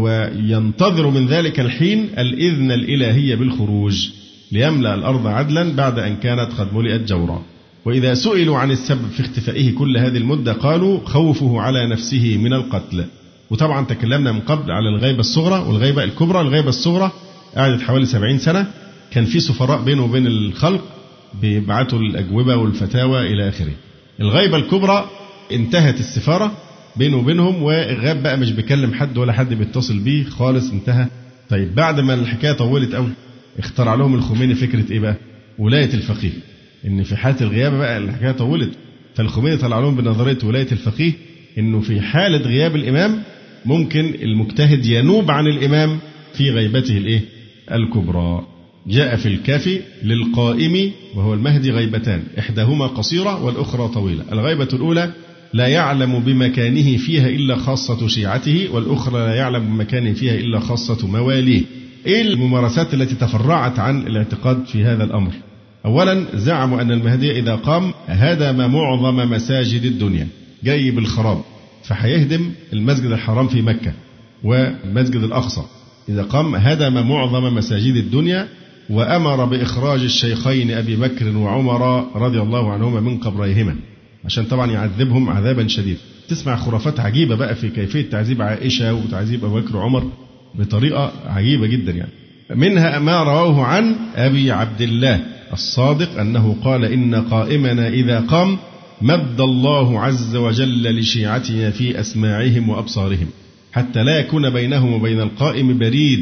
وينتظر من ذلك الحين الإذن الإلهي بالخروج ليملأ الأرض عدلا بعد أن كانت قد ملئت جورا. وإذا سئلوا عن السبب في اختفائه كل هذه المدة قالوا خوفه على نفسه من القتل. وطبعا تكلمنا من قبل على الغيبة الصغرى والغيبة الكبرى. الغيبة الصغرى قعدت حوالي 70 سنة، كان في سفراء بينه وبين الخلق بيبعتوا الأجوبة والفتاوى إلى آخره. الغيبة الكبرى انتهت السفارة بينه وبينهم، وغاب بقى مش بيكلم حد ولا حد بيتصل بيه خالص، انتهى. طيب بعد ما الحكاية طولت قوي اخترع لهم الخميني فكرة بقى؟ ولاية الفقيه. إن في حالة الغياب بقى الحكاية طولت، فالخميني طلع لهم بنظرية ولاية الفقيه، إنه في حالة غياب الإمام ممكن المجتهد ينوب عن الإمام في غيبته الكبرى. جاء في الكافي للقائم وهو المهدي غيبتان، إحداهما قصيرة والأخرى طويلة. الغيبة الأولى لا يعلم بمكانه فيها إلا خاصة شيعته، والأخرى لا يعلم بمكانه فيها إلا خاصة مواليه. إيه الممارسات التي تفرعت عن الاعتقاد في هذا الأمر؟ أولا زعموا أن المهدي إذا قام هدم معظم مساجد الدنيا، جاي بالخراب، فهيهدم المسجد الحرام في مكة والمسجد الأقصى. إذا قام هدم معظم مساجد الدنيا، وأمر بإخراج الشيخين أبي بكر وعمر رضي الله عنهما من قبريهما، عشان طبعا يعذبهم عذابا شديدا. تسمع خرافات عجيبة بقى في كيفية تعذيب عائشة وتعذيب أبي بكر وعمر بطريقة عجيبة جدا يعني. منها ما رواه عن أبي عبد الله الصادق أنه قال إن قائمنا إذا قام مد الله عز وجل لشيعتنا في أسماعهم وأبصارهم، حتى لا يكون بينهم وبين القائم بريد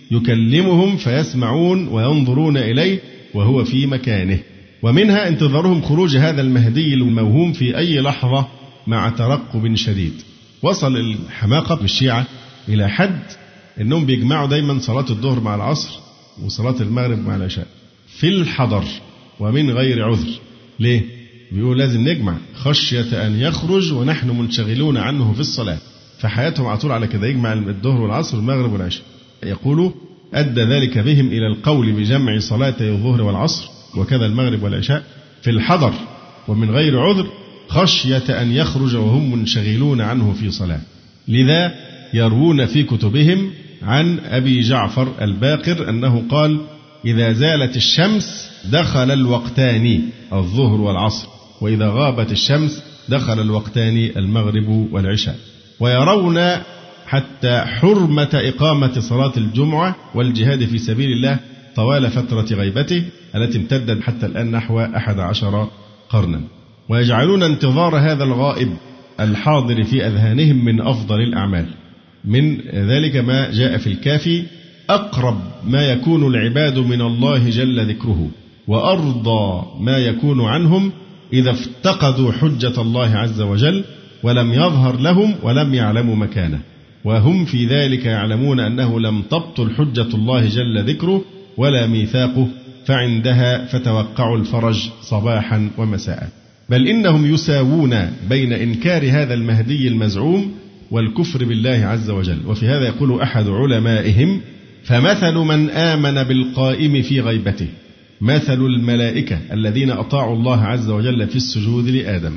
يكلمهم فيسمعون وينظرون إليه وهو في مكانه. ومنها انتظارهم خروج هذا المهدي الموهوم في أي لحظة مع ترقب شديد. وصل الحماقة بالشيعة إلى حد أنهم بيجمعوا دايما صلاة الظهر مع العصر وصلاة المغرب مع العشاء في الحضر ومن غير عذر. ليه؟ بيقول لازم نجمع خشية أن يخرج ونحن منشغلون عنه في الصلاة، فحياتهم على طول على كده، يجمع الظهر والعصر والمغرب والعشاء. يقولوا أدى ذلك بهم إلى القول بجمع صلاتي الظهر والعصر وكذا المغرب والعشاء في الحضر ومن غير عذر خشية أن يخرج وهم منشغلون عنه في صلاة. لذا يروون في كتبهم عن أبي جعفر الباقر أنه قال إذا زالت الشمس دخل الوقتان الظهر والعصر، وإذا غابت الشمس دخل الوقتان المغرب والعشاء. ويرون حتى حرمة إقامة صلاة الجمعة والجهاد في سبيل الله طوال فترة غيبته التي امتدت حتى الآن نحو 11 قرنا. ويجعلون انتظار هذا الغائب الحاضر في أذهانهم من أفضل الأعمال. من ذلك ما جاء في الكافي أقرب ما يكون العباد من الله جل ذكره، وأرضى ما يكون عنهم إذا افتقدوا حجة الله عز وجل ولم يظهر لهم ولم يعلموا مكانه، وهم في ذلك يعلمون أنه لم تبطل حجة الله جل ذكره ولا ميثاقه، فعندها فتوقعوا الفرج صباحا ومساء. بل إنهم يساوون بين إنكار هذا المهدي المزعوم والكفر بالله عز وجل. وفي هذا يقول أحد علمائهم فمثل من آمن بالقائم في غيبته مثل الملائكة الذين أطاعوا الله عز وجل في السجود لآدم،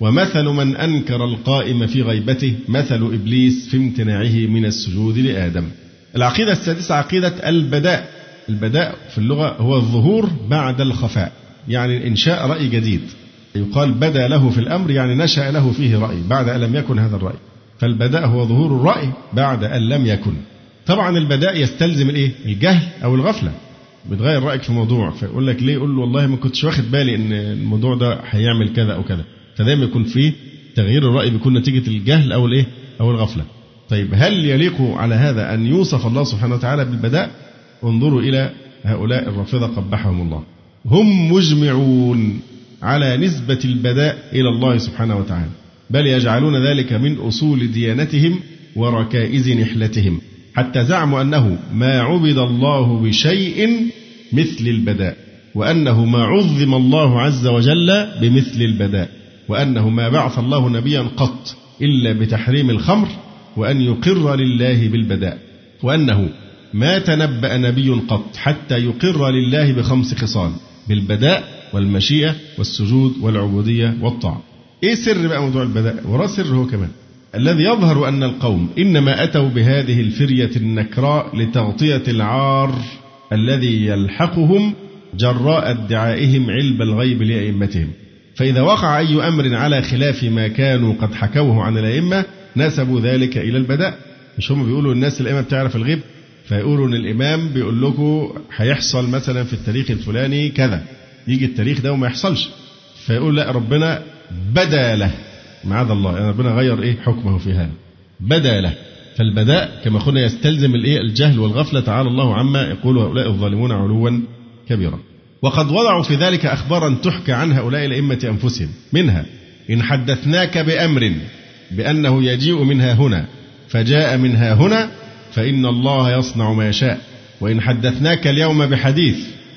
ومثل من أنكر القائم في غيبته مثل إبليس في امتناعه من السجود لآدم. العقيدة السادسة عقيدة البداء. البداء في اللغة هو الظهور بعد الخفاء، يعني إنشاء رأي جديد. يقال بدا له في الأمر، يعني نشأ له فيه رأي بعد أن لم يكن هذا الرأي. فالبداء هو ظهور الرأي بعد أن لم يكن. طبعا البداء يستلزم الإيه؟ الجهل أو الغفلة. بتغير رأيك في موضوع فيقول لك ليه؟ يقول له والله ما كنتش واخد بالي إن الموضوع ده هيعمل كذا أو كذا. فدايما يكون فيه تغيير الرأي بيكون نتيجة الجهل أو الإيه؟ أو الغفلة. طيب هل يليق على هذا أن يوصف الله سبحانه وتعالى بالبداء؟ انظروا إلى هؤلاء الرافضة قبحهم الله. هم مجمعون على نسبة البداء إلى الله سبحانه وتعالى، بل يجعلون ذلك من أصول ديانتهم وركائز نحلتهم، حتى زعموا أنه ما عبد الله بشيء مثل البداء، وأنه ما عظم الله عز وجل بمثل البداء، وأنه ما بعث الله نبيا قط إلا بتحريم الخمر، وأن يقر لله بالبداء، وأنه ما تنبأ نبي قط حتى يقر لله ب5 خصال: بالبداء والمشيئة والسجود والعبودية والطاعة. إيه سر بقى موضوع البداء؟ وراه سر هو كمان. الذي يظهر أن القوم إنما أتوا بهذه الفرية النكراء لتغطية العار الذي يلحقهم جراء ادعائهم علم الغيب لأئمتهم. فإذا وقع أي أمر على خلاف ما كانوا قد حكوه عن الأئمة نسبوا ذلك إلى البداء. مش هم بيقولوا الناس الأئمة بتعرف الغيب، فيقولوا إن الإمام بيقول لكم هيحصل مثلا في التاريخ الفلاني كذا، يجي التاريخ ده وما يحصلش، فيقول لا ربنا بدا له، معاذ الله، يعني ربنا غير إيه حكمه في هذا، بدا له. فالبداء كما قلنا يستلزم الإيه؟ الجهل والغفلة، تعالى الله عما يقول هؤلاء الظالمون علوا كبيرا. وقد وضعوا في ذلك أخبارا تحكى عن هؤلاء الأئمة أنفسهم، منها: إن حدثناك بأمر بأنه يجيء منها هنا فجاء منها هنا فإن الله يصنع ما يشاء، وإن حدثناك اليوم بحديث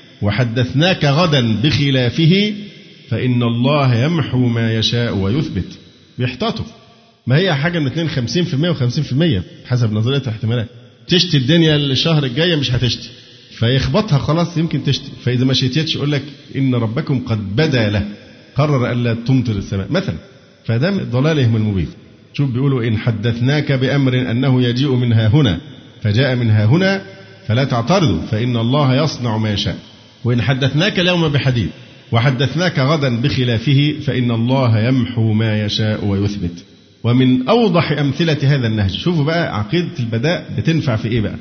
وحدثناك غدا بخلافه فإن الله يمحو ما يشاء ويثبت. بيحتاطوا، ما هي حاجة من 2 50% و50% حسب نظرية الاحتمالات. تشتي الدنيا الشهر الجاي مش هتشتي، فيخبطها خلاص يمكن تشتي، فإذا ما شتيتش يقول لك إن ربكم قد بدا له، قرر ألا تمطر السماء مثلا. فده ضلالهم المبين. شوف بيقولوا: إن حدثناك بأمر أنه يجيء منها هنا فجاء منها هنا فلا تعترضوا فإن الله يصنع ما يشاء، وإن حدثناك اليوم بحديث وحدثناك غدا بخلافه فإن الله يمحو ما يشاء ويثبت. ومن أوضح أمثلة هذا النهج، شوفوا بقى عقيدة البداء بتنفع في إيه بقى،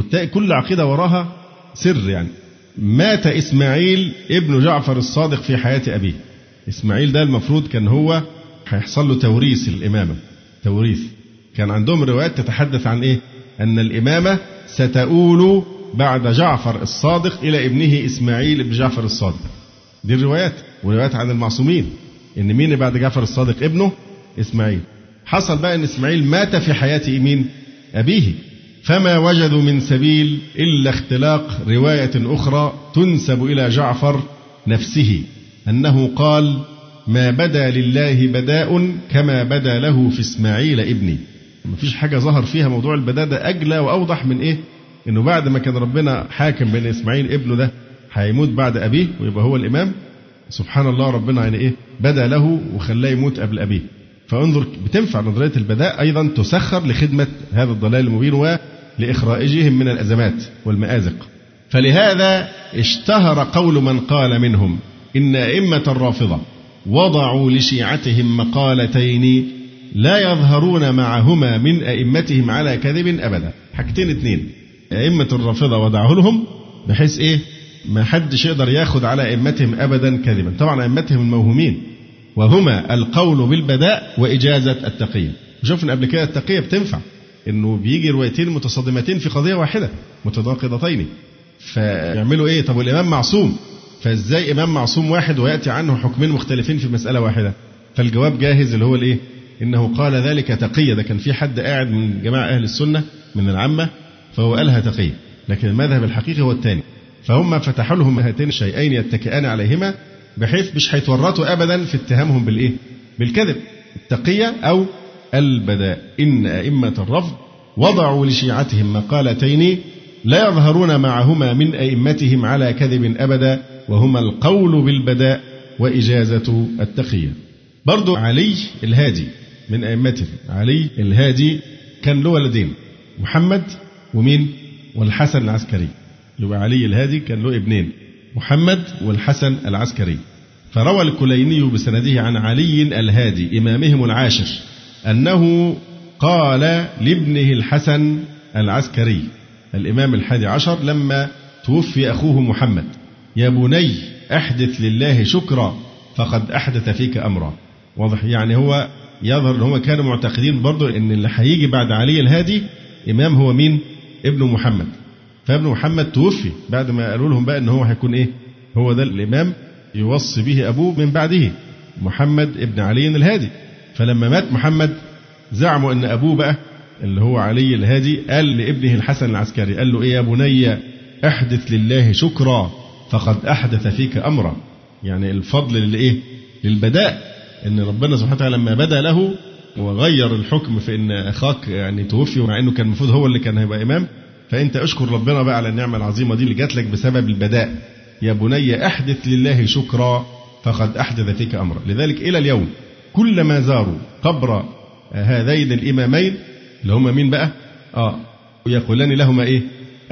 كل عقيدة وراها سر. يعني مات إسماعيل ابن جعفر الصادق في حياة أبيه. إسماعيل ده المفروض كان هو هيحصل له توريث الإمامة، توريث. كان عندهم روايات تتحدث عن إيه؟ أن الإمامة ستؤول بعد جعفر الصادق إلى ابنه إسماعيل ابن جعفر الصادق. دي الروايات، وروايات عن المعصومين إن مين بعد جعفر الصادق؟ ابنه إسماعيل. حصل بقى أن إسماعيل مات في حياة مين؟ أبيه. فما وجدوا من سبيل إلا اختلاق رواية أخرى تنسب إلى جعفر نفسه أنه قال: ما بدا لله بداء كما بدا له في إسماعيل ابني. ما فيش حاجة ظهر فيها موضوع البداء ده أجلى وأوضح من إيه؟ إنه بعد ما كان ربنا حاكم بين إسماعيل ابنه ده هيموت بعد أبيه ويبقى هو الإمام، سبحان الله ربنا يعني إيه؟ بدا له وخلاه يموت قبل أبيه. فانظر بتنفع نظرية البداء أيضا تسخر لخدمة هذا الضلال المبين ولإخراجهم من الأزمات والمآزق. فلهذا اشتهر قول من قال منهم إن أئمة الرافضة وضعوا لشيعتهم مقالتين لا يظهرون معهما من أئمتهم على كذب أبدا. حاجتين 2 أئمة الرافضة وضعوا لهم بحيث إيه؟ ما حدش يقدر ياخد على أئمتهم أبدا كذبا. طبعا أئمتهم الموهومين، وهما القول بالبداء وإجازة التقية. وشوفنا قبل كده التقية بتنفع، إنه بيجي روايتين متصادمتين في قضية واحدة متناقضتين، فيعملوا إيه؟ طب والإمام معصوم، فإزاي إمام معصوم واحد ويأتي عنه حكمين مختلفين في مسألة واحدة؟ فالجواب جاهز اللي هو الإيه؟ إنه قال ذلك تقية. ده كان في حد قاعد من جماعة أهل السنة من العامة فهو قالها تقية، لكن المذهب الحقيقي هو الثاني. فهم فتحوا لهم هاتين الشيئين يتكئان عليهما بحيث مش هيتورطوا أبدا في اتهامهم بالإيه؟ بالكذب، التقية أو البداء. إن أئمة الرفض وضعوا لشيعتهم مقالتين لا يظهرون معهما من أئمتهم على كذب أبدا، وهما القول بالبداء وإجازة التقية. برضو علي الهادي من أئمته. علي الهادي كان له ولدين، محمد ومين؟ والحسن العسكري. يبقى علي الهادي كان له ابنين، محمد والحسن العسكري. فروى الكليني بسنده عن علي الهادي إمامهم العاشر أنه قال لابنه الحسن العسكري الإمام الحادي عشر لما توفي أخوه محمد: يا بني أحدث لله شكرا فقد أحدث فيك أمرا. واضح؟ يعني هو يظهر أن هو كانوا معتقدين برضو أن اللي هيجي بعد علي الهادي إمام هو مين؟ ابن محمد. فابن محمد توفي بعد ما قالوا لهم بقى أن هو هيكون إيه؟ هو ده الإمام يوصي به أبوه من بعده، محمد ابن علي الهادي. فلما مات محمد زعموا أن أبوه بقى اللي هو علي الهادي قال لابنه الحسن العسكري، قال له إيه؟ يا بني أحدث لله شكرا فقد أحدث فيك أمرا. يعني الفضل للإيه؟ للبداء، إن ربنا سبحانه وتعالى لما بدأ له وغير الحكم في إن أخاك يعني توفي، مع إنه كان المفروض هو اللي كان هيبقى إمام، فأنت أشكر ربنا بقى على النعمة العظيمة دي اللي جات لك بسبب البداء. يا بني أحدث لله شكرا فقد أحدث فيك أمرا. لذلك إلى اليوم كلما زاروا قبر هذين الإمامين اللي هم مين بقى؟ يقولان لهما إيه؟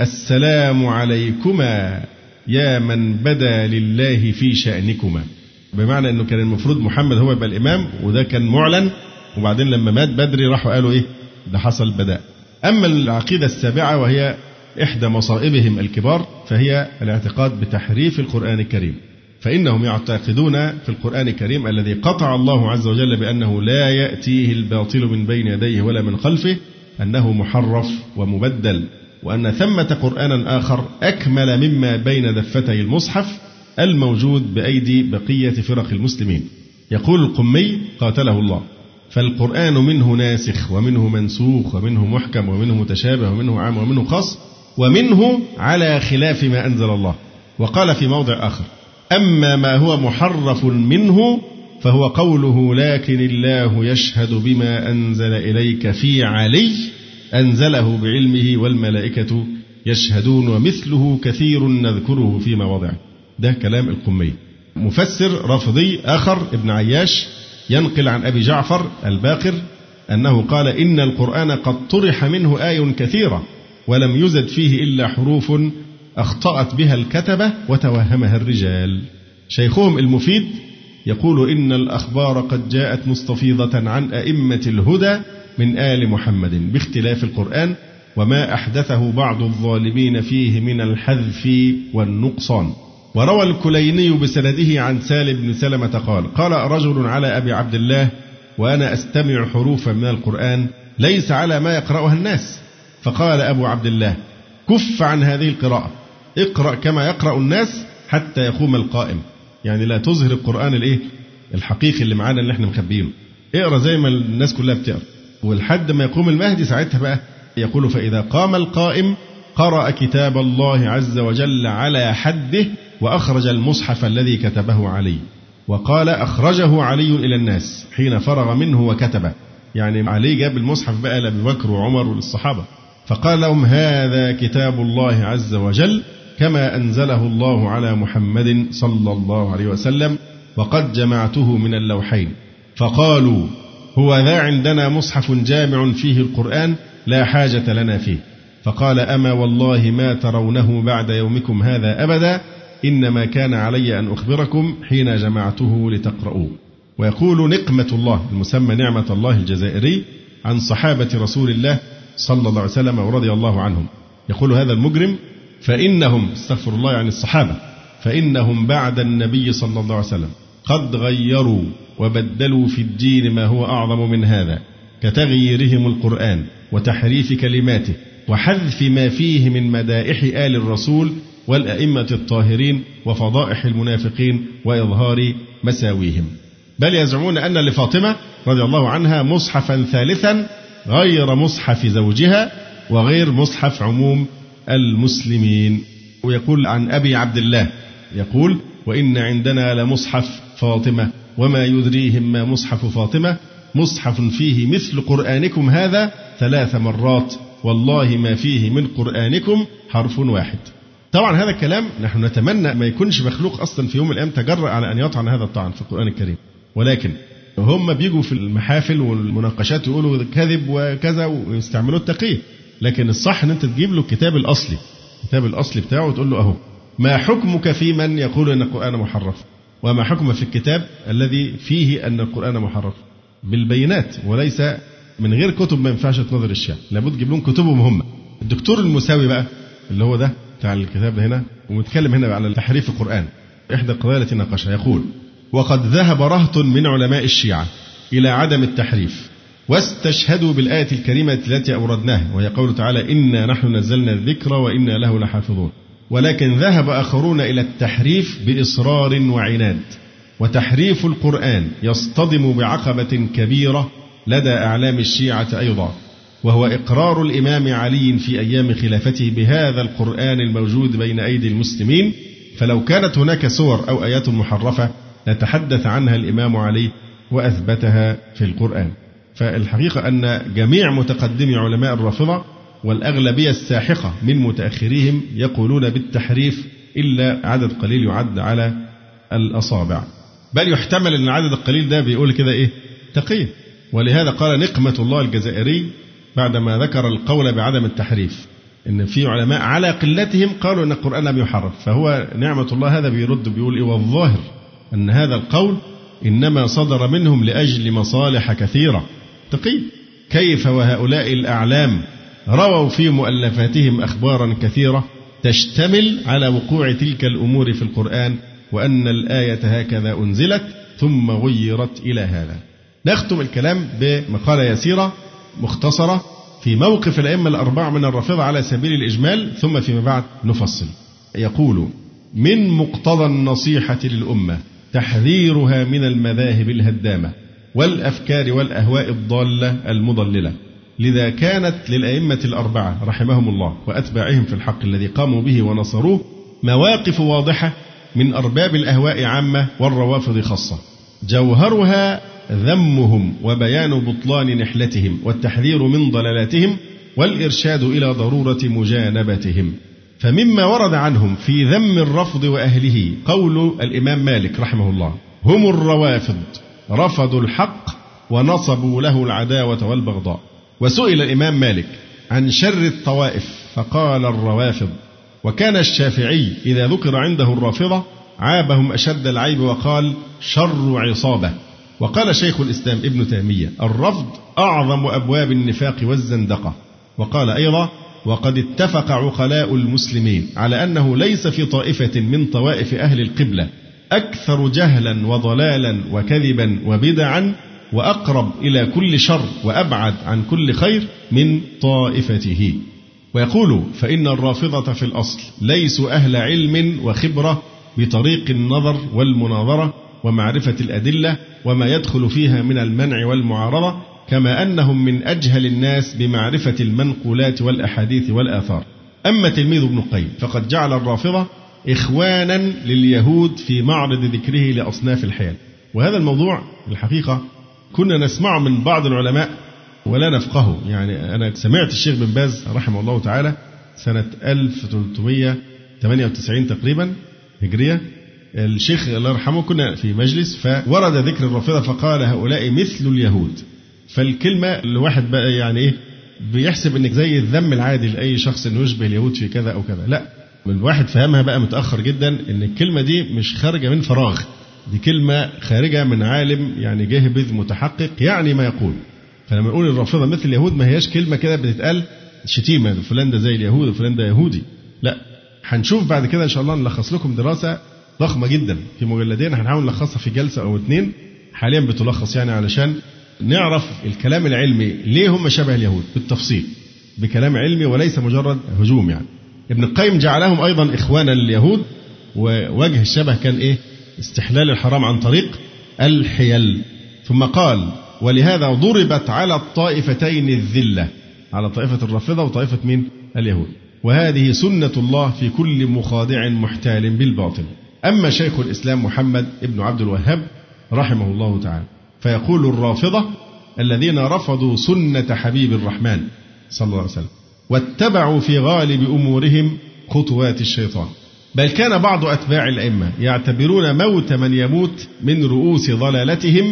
السلام عليكما يا من بدا لله في شأنكما. بمعنى أنه كان المفروض محمد هو يبقى الإمام، وده كان معلن، وبعدين لما مات بدري راحوا قالوا إيه؟ ده حصل بداء. أما العقيدة السابعة وهي إحدى مصائبهم الكبار فهي الاعتقاد بتحريف القرآن الكريم. فإنهم يعتقدون في القرآن الكريم الذي قطع الله عز وجل بأنه لا يأتيه الباطل من بين يديه ولا من خلفه أنه محرف ومبدل، وأن ثمة قرآنا آخر أكمل مما بين دفتي المصحف الموجود بأيدي بقية فرق المسلمين. يقول القمي قاتله الله: فالقرآن منه ناسخ ومنه منسوخ ومنه محكم ومنه متشابه ومنه عام ومنه خاص ومنه على خلاف ما أنزل الله. وقال في موضع آخر: أما ما هو محرف منه فهو قوله: لكن الله يشهد بما أنزل إليك في علي أنزله بعلمه والملائكة يشهدون ومثله كثير نذكره في مواضعه. ده كلام القمي. مفسر رافضي آخر ابن عياش ينقل عن أبي جعفر الباقر أنه قال: إن القرآن قد طرح منه آي كثيرة ولم يزد فيه إلا حروف أخطأت بها الكتبة وتوهمها الرجال. شيخهم المفيد يقول: إن الأخبار قد جاءت مستفيضة عن أئمة الهدى من آل محمد باختلاف القرآن وما أحدثه بعض الظالمين فيه من الحذف والنقصان. وروى الكليني بسنده عن سالم بن سلمة قال: قال رجل على أبي عبد الله وأنا أستمع حروفا من القرآن ليس على ما يقرأها الناس. فقال أبو عبد الله: كف عن هذه القراءة، اقرأ كما يقرأ الناس حتى يقوم القائم. يعني لا تظهر القرآن الحقيقي اللي معانا اللي احنا مخبينه، اقرأ زي ما الناس كلها بتقرأ، ولحد ما يقوم المهدي ساعتها بقى يقول: فإذا قام القائم قرأ كتاب الله عز وجل على حده وأخرج المصحف الذي كتبه علي. وقال: أخرجه علي إلى الناس حين فرغ منه وكتبه. يعني علي جاب المصحف بقى لأبي بكر وعمر وللصحابة، فقال لهم: هذا كتاب الله عز وجل كما أنزله الله على محمد صلى الله عليه وسلم وقد جمعته من اللوحين. فقالوا: هو ذا عندنا مصحف جامع فيه القرآن لا حاجة لنا فيه. فقال: أما والله ما ترونه بعد يومكم هذا أبدا، إنما كان علي أن أخبركم حين جمعته لتقرؤوه. ويقول نقمة الله المسمى نعمة الله الجزائري عن صحابة رسول الله صلى الله عليه وسلم ورضي الله عنهم، يقول هذا المجرم: فإنهم استغفر الله يعني الصحابة فإنهم بعد النبي صلى الله عليه وسلم قد غيروا وبدلوا في الدين ما هو أعظم من هذا، كتغييرهم القرآن وتحريف كلماته وحذف ما فيه من مدائح آل الرسول والأئمة الطاهرين وفضائح المنافقين وإظهار مساويهم. بل يزعمون أن لفاطمة رضي الله عنها مصحفا ثالثا غير مصحف زوجها وغير مصحف عموم المسلمين. ويقول عن أبي عبد الله يقول: وإن عندنا لمصحف فاطمة وما يدريهم ما مصحف فاطمة، مصحف فيه مثل قرآنكم هذا 3 مرات والله ما فيه من قرآنكم حرف واحد. طبعا هذا الكلام نحن نتمنى ما يكونش مخلوق أصلا في يوم من الأيام تجرأ على أن يطعن هذا الطعن في القرآن الكريم، ولكن هم بيجوا في المحافل والمناقشات يقولوا كذب وكذا ويستعملوا التقية، لكن الصح ان انت تجيب له الكتاب الأصلي بتاعه وتقول له أهو ما حكمك في من يقول أن القرآن محرف، وما حكم في الكتاب الذي فيه أن القرآن محرف، بالبينات وليس من غير كتب. ما ينفعش تنظر الشيعة، لابد تجيب لهم كتبهم هم. الدكتور المساوي بقى اللي هو ده بتاع الكتاب ده هنا، ومتكلم هنا على تحريف القرآن، إحدى القضايا التي ناقشها، يقول: وقد ذهب رهط من علماء الشيعة إلى عدم التحريف، واستشهدوا بالآية الكريمة التي أوردناها، وهي قوله تعالى: إنا نحن نزلنا الذكر وإنا له لحافظون. ولكن ذهب آخرون إلى التحريف بإصرار وعناد، وتحريف القرآن يصطدم بعقبة كبيرة لدى أعلام الشيعة أيضا، وهو إقرار الإمام علي في أيام خلافته بهذا القرآن الموجود بين أيدي المسلمين. فلو كانت هناك سور أو آيات محرفة لتحدث عنها الإمام علي وأثبتها في القرآن. فالحقيقة أن جميع متقدمي علماء الرافضة والأغلبية الساحقة من متأخريهم يقولون بالتحريف، إلا عدد قليل يعد على الأصابع، بل يحتمل أن العدد القليل ده بيقول كده إيه؟ تقية. ولهذا قال نقمة الله الجزائري بعدما ذكر القول بعدم التحريف إن في علماء على قلتهم قالوا أن القرآن لم يحرف، فهو نعمة الله هذا بيرد بيقول إيه؟ والظاهر أن هذا القول إنما صدر منهم لأجل مصالح كثيرة. تقي كيف وهؤلاء الأعلام رووا في مؤلفاتهم أخبارا كثيرة تشتمل على وقوع تلك الأمور في القرآن، وأن الآية هكذا أنزلت ثم غيرت إلى هذا. نختم الكلام بمقالة يسيرة مختصرة في موقف الأئمة الأربعة من الرافضة على سبيل الإجمال، ثم فيما بعد نفصل. يقول: من مقتضى النصيحة للأمة تحذيرها من المذاهب الهدامة والأفكار والأهواء الضالة المضللة. لذا كانت للأئمة الأربعة رحمهم الله وأتباعهم في الحق الذي قاموا به ونصروه مواقف واضحة من أرباب الأهواء عامة والروافض خاصة، جوهرها ذمهم وبيان بطلان نحلتهم والتحذير من ضلالاتهم والإرشاد إلى ضرورة مجانبتهم. فمما ورد عنهم في ذم الرفض وأهله قول الإمام مالك رحمه الله: هم الروافض رفضوا الحق ونصبوا له العداوة والبغضاء. وسئل الإمام مالك عن شر الطوائف فقال: الروافض. وكان الشافعي إذا ذكر عنده الرافضة عابهم أشد العيب وقال: شر عصابة. وقال شيخ الإسلام ابن تيمية: الرفض أعظم أبواب النفاق والزندقة. وقال أيضا: وقد اتفق عقلاء المسلمين على أنه ليس في طائفة من طوائف أهل القبلة أكثر جهلا وضلالا وكذبا وبدعا وأقرب إلى كل شر وأبعد عن كل خير من طائفته. ويقول: فإن الرافضة في الأصل ليسوا أهل علم وخبرة بطريق النظر والمناظرة ومعرفة الأدلة وما يدخل فيها من المنع والمعارضة، كما أنهم من أجهل الناس بمعرفة المنقولات والأحاديث والآثار. أما تلميذ ابن القيم فقد جعل الرافضة إخوانا لليهود في معرض ذكره لأصناف الحيل. وهذا الموضوع الحقيقة كنا نسمعه من بعض العلماء ولا نفقهه. يعني أنا سمعت الشيخ بن باز رحمه الله تعالى سنة 1398 تقريبا هجرية، الشيخ الله يرحمه كنا في مجلس فورد ذكر الرافضة فقال: هؤلاء مثل اليهود. فالكلمة الواحد بقى يعني إيه بيحسب إنك زي الذم العادي لأي شخص إنه يشبه اليهود في كذا أو كذا. لا، الواحد فهمها بقى متأخر جدا إن الكلمة دي مش خارجة من فراغ، دي كلمة خارجة من عالم يعني جهبذ متحقق يعني ما يقول. فلما نقول الرافضة مثل اليهود ما هياش كلمة كده بتتقال شتيمة فلان ده زي اليهود وفلان ده يهودي، لا. هنشوف بعد كده إن شاء الله نلخص لكم دراسة ضخمة جدا في مجلدين، هنحاول نلخصها في جلسة أو اتنين، حاليا بتلخص يعني علشان نعرف الكلام العلمي ليه هم شبه اليهود بالتفصيل بكلام علمي وليس مجرد هجوم. يعني ابن القيم جعلهم أيضا إخوانا لليهود، ووجه الشبه كان إيه؟ استحلال الحرام عن طريق الحيل. ثم قال: ولهذا ضربت على الطائفتين الذلة، على طائفة الرافضة وطائفة مين؟ اليهود. وهذه سنة الله في كل مخادع محتال بالباطل. أما شيخ الإسلام محمد ابن عبد الوهاب رحمه الله تعالى فيقول: الرافضة الذين رفضوا سنة حبيب الرحمن صلى الله عليه وسلم واتبعوا في غالب أمورهم خطوات الشيطان. بل كان بعض أتباع الأئمة يعتبرون موت من يموت من رؤوس ضلالتهم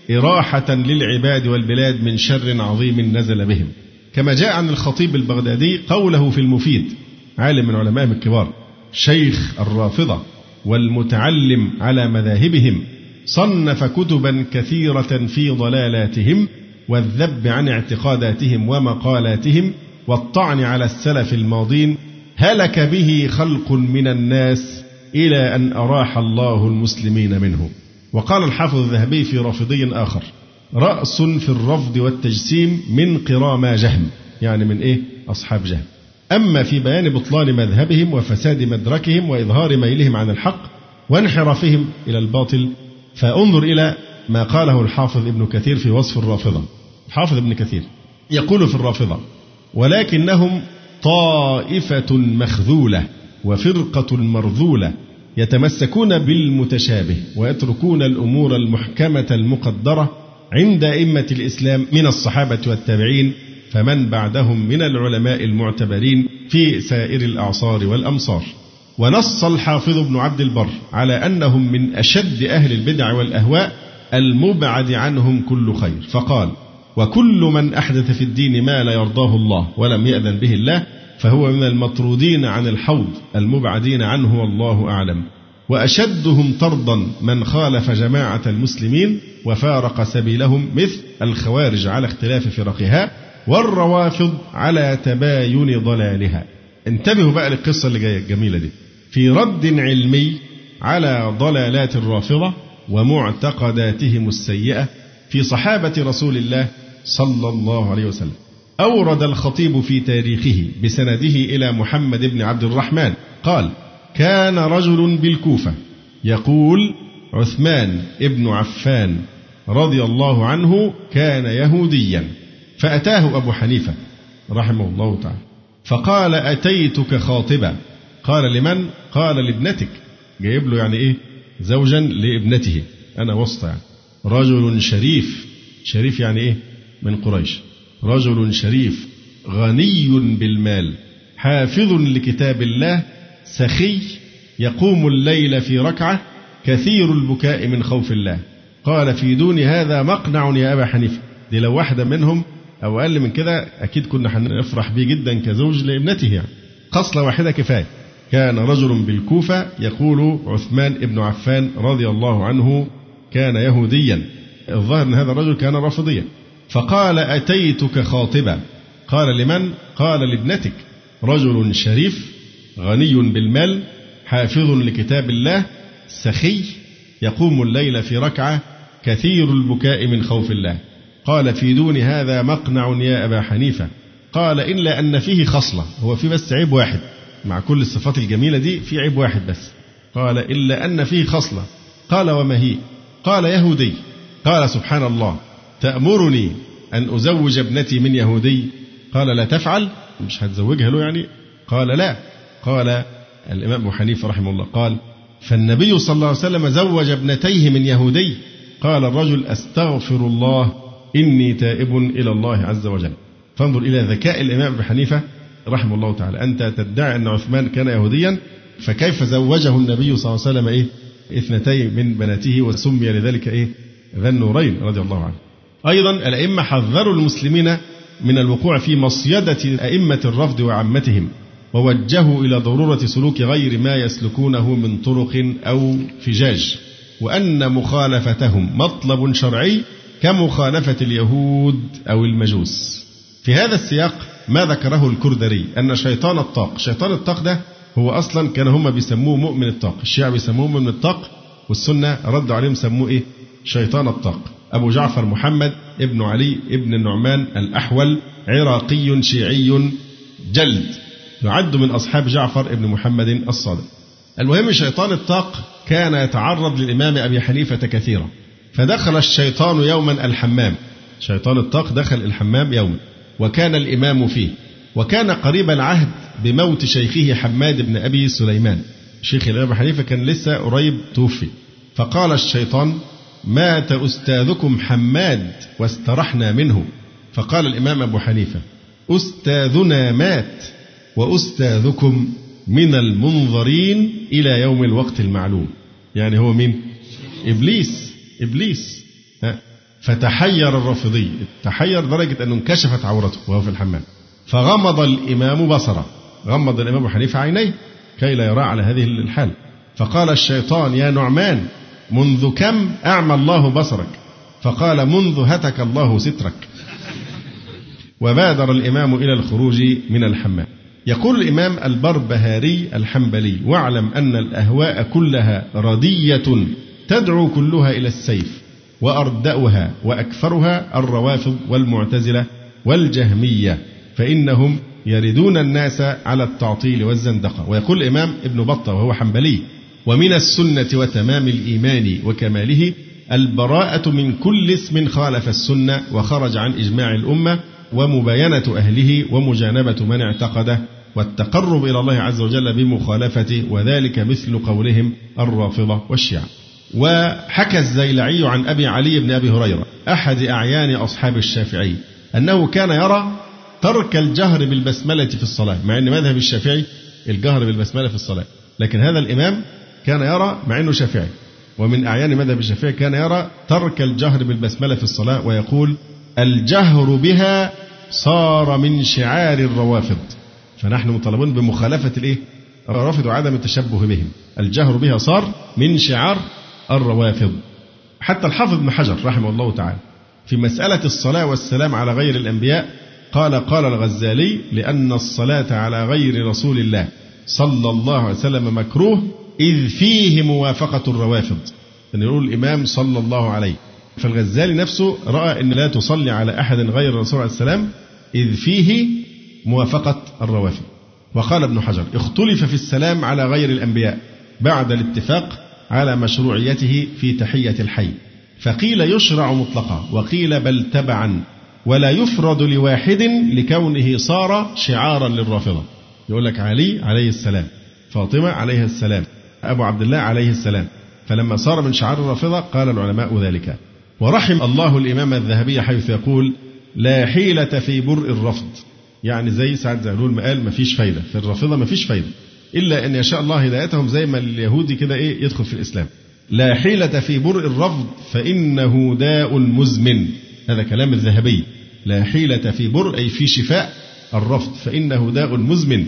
إراحة للعباد والبلاد من شر عظيم نزل بهم. كما جاء عن الخطيب البغدادي قوله في المفيد، عالم من علمائهم الكبار شيخ الرافضة والمتعلم على مذاهبهم، صنف كتبا كثيرة في ضلالاتهم والذب عن اعتقاداتهم ومقالاتهم والطعن على السلف الماضين، هلك به خلق من الناس إلى أن أراح الله المسلمين منه. وقال الحافظ الذهبي في رافضي آخر: رأس في الرفض والتجسيم من قرامى جهم، يعني من أصحاب جهم. أما في بيان بطلان مذهبهم وفساد مدركهم وإظهار ميلهم عن الحق وانحرافهم إلى الباطل، فانظر إلى ما قاله الحافظ ابن كثير في وصف الرافضة. الحافظ ابن كثير يقول في الرافضة: ولكنهم طائفة مخذولة وفرقة مرذولة يتمسكون بالمتشابه ويتركون الأمور المحكمة المقدرة عند أئمة الإسلام من الصحابة والتابعين فمن بعدهم من العلماء المعتبرين في سائر الأعصار والأمصار. ونص الحافظ ابن عبد البر على أنهم من أشد أهل البدع والأهواء المبعد عنهم كل خير، فقال: وكل من أحدث في الدين ما لا يرضاه الله ولم يأذن به الله فهو من المطرودين عن الحوض المبعدين عنه والله أعلم. وأشدهم طردا من خالف جماعة المسلمين وفارق سبيلهم مثل الخوارج على اختلاف فرقها والروافض على تباين ضلالها. انتبهوا بقى للقصة اللي جاية الجميلة دي في رد علمي على ضلالات الرافضة ومعتقداتهم السيئة في صحابة رسول الله صلى الله عليه وسلم. أورد الخطيب في تاريخه بسنده إلى محمد بن عبد الرحمن قال: كان رجل بالكوفة يقول: عثمان ابن عفان رضي الله عنه كان يهوديا، فأتاه أبو حنيفة رحمه الله تعالى فقال: أتيتك خاطبا. قال: لمن؟ قال: لابنتك. جايب له يعني زوجا لابنته، أنا وسط يعني. رجل شريف، شريف يعني من قريش، رجل شريف غني بالمال حافظ لكتاب الله سخي يقوم الليل في ركعة كثير البكاء من خوف الله. قال: في دون هذا مقنع يا أبا حنيفة. دي لو واحدة منهم أو أقل من كده أكيد كنا هنفرح بيه جدا كزوج لابنته يعني. خصلة واحدة كفاية. كان رجل بالكوفة يقول: عثمان ابن عفان رضي الله عنه كان يهوديا. الظاهر أن هذا الرجل كان رافضيا. فقال: أتيتك خاطبا. قال: لمن؟ قال: لابنتك. رجل شريف غني بالمال حافظ لكتاب الله سخي يقوم الليل في ركعة كثير البكاء من خوف الله. قال: في دون هذا مقنع يا أبا حنيفة. قال: إلا أن فيه خصلة، هو في بس عيب واحد مع كل الصفات الجميلة دي، في عيب واحد بس. قال: إلا أن فيه خصلة. قال: وما هي؟ قال: يهودي. قال: سبحان الله، تأمرني أن أزوج ابنتي من يهودي؟ قال: لا تفعل، مش هتزوجها له يعني؟ قال: لا. قال الإمام أبو حنيفة رحمه الله قال: فالنبي صلى الله عليه وسلم زوج ابنتيه من يهودي. قال الرجل: أستغفر الله إني تائب إلى الله عز وجل. فانظر إلى ذكاء الإمام أبو حنيفة رحمه الله تعالى. أنت تدعي أن عثمان كان يهوديا، فكيف زوجه النبي صلى الله عليه وسلم اثنتين من بناته وسمي لذلك ذا النورين رضي الله عنه. أيضا الأئمة حذروا المسلمين من الوقوع في مصيدة أئمة الرفض وعامتهم، ووجهوا إلى ضرورة سلوك غير ما يسلكونه من طرق أو فجاج، وأن مخالفتهم مطلب شرعي كمخالفة اليهود أو المجوس. في هذا السياق ما ذكره الكردري أن شيطان الطاق ده هو أصلا كان هم بيسموه مؤمن الطاق، الشيعة بيسموه مؤمن الطاق، والسنة ردوا عليهم سموه شيطان الطاق. أبو جعفر محمد ابن علي ابن النعمان الأحول عراقي شيعي جلد، يعد من أصحاب جعفر ابن محمد الصادق. المهم شيطان الطاق كان يتعرض للإمام أبي حنيفة كثيرا، فدخل الشيطان يوما الحمام. شيطان الطاق دخل الحمام يوما وكان الإمام فيه، وكان قريب العهد بموت شيخه حماد بن أبي سليمان. شيخ الإمام أبي حنيفة كان لسه قريب توفي. فقال الشيطان: مات أستاذكم حماد واسترحنا منه. فقال الإمام أبو حنيفة: أستاذنا مات وأستاذكم من المنظرين إلى يوم الوقت المعلوم. يعني هو مين؟ إبليس. فتحير الرافضي، تحير درجة أنه انكشفت عورته وهو في الحمام، فغمض الإمام بصره، غمض الإمام حنيفة عينيه كي لا يرى على هذه الحال، فقال الشيطان يا نعمان منذ كم أعمى الله بصرك؟ فقال منذ هتك الله سترك. وبادر الإمام إلى الخروج من الحمام. يقول الإمام البربهاري الحنبلي: واعلم أن الأهواء كلها ردية تدعو كلها إلى السيف، وأردأها وأكثرها الروافض والمعتزلة والجهمية، فإنهم يردون الناس على التعطيل والزندقة. ويقول الإمام ابن بطة وهو حنبلي: ومن السنة وتمام الإيمان وكماله البراءة من كل اسم خالف السنة وخرج عن إجماع الأمة، ومباينة أهله ومجانبة من اعتقده، والتقرب إلى الله عز وجل بمخالفته، وذلك مثل قولهم الرافضة والشيعة. وحكى الزيلعي عن أبي علي بن أبي هريرة أحد أعيان أصحاب الشافعي أنه كان يرى ترك الجهر بالبسملة في الصلاة، مع أن مذهب الشافعي الجهر بالبسملة في الصلاة، لكن هذا الإمام كان يرى، مع أنه شافعي ومن أعيان مذهب الشافعي، كان يرى ترك الجهر بالبسملة في الصلاة، ويقول الجهر بها صار من شعار الروافض، فنحن مطالبون بمخالفة الروافض وعدم التشبه بهم. الجهر بها صار من شعار الروافض. حتى الحافظ ابن حجر رحمه الله تعالى في مسألة الصلاة والسلام على غير الأنبياء قال الغزالي: لأن الصلاة على غير رسول الله صلى الله عليه وسلم مكروه إذ فيه موافقة الروافض. أن يقول الإمام صلى الله عليه، فالغزالي نفسه رأى أن لا تصلي على أحد غير الرسول عليه السلام إذ فيه موافقة الروافض. وقال ابن حجر: اختلف في السلام على غير الأنبياء بعد الاتفاق على مشروعيته في تحية الحي، فقيل يشرع مطلقا، وقيل بل تبعا، ولا يفرض لواحد لكونه صار شعارا للرافضة. يقول لك علي عليه السلام، فاطمة عليه السلام، أبو عبد الله عليه السلام، فلما صار من شعار الرافضة قال العلماء ذلك. ورحم الله الإمام الذهبي حيث يقول: لا حيلة في برء الرفض، يعني زي سعد زغلول ما قال مفيش فايدة في الرافضة، مفيش فايدة إلا أن يشاء الله هدايتهم، زي ما اليهودي كده يدخل في الإسلام. لا حيلة في برء الرفض فإنه داء مزمن، هذا كلام الذهبي. لا حيلة في برء أي في شفاء الرفض، فإنه داء مزمن،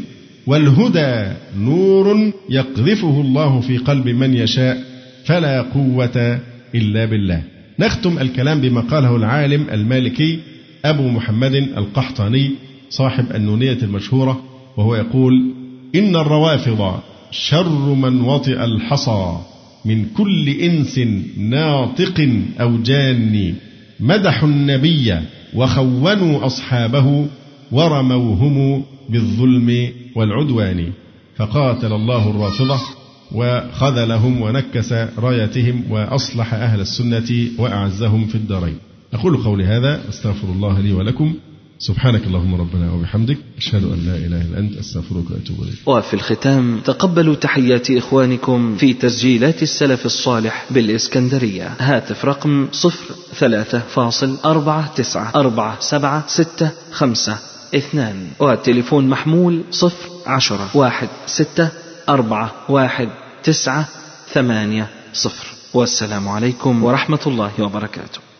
والهدى نور يقذفه الله في قلب من يشاء، فلا قوة إلا بالله. نختم الكلام بما قاله العالم المالكي أبو محمد القحطاني صاحب النونية المشهورة، وهو يقول: إن الروافض شر من وطئ الحصى من كل إنس ناطق أو جان، مدحوا النبي وخونوا أصحابه ورموهم بالظلم والعدوان، فقاتل الله الرافضة وخذلهم ونكس رايتهم وأصلح أهل السنة وأعزهم في الدارين. أقول قولي هذا، أستغفر الله لي ولكم، سبحانك اللهم ربنا وبحمدك، أشهد أن لا إله إلا أنت، أستغفرك وأتوب إليك. وفي الختام تقبلوا تحيات إخوانكم في تسجيلات السلف الصالح بالإسكندرية. هاتف رقم 03-4947465، والتليفون محمول 010-164-198. والسلام عليكم ورحمة الله وبركاته.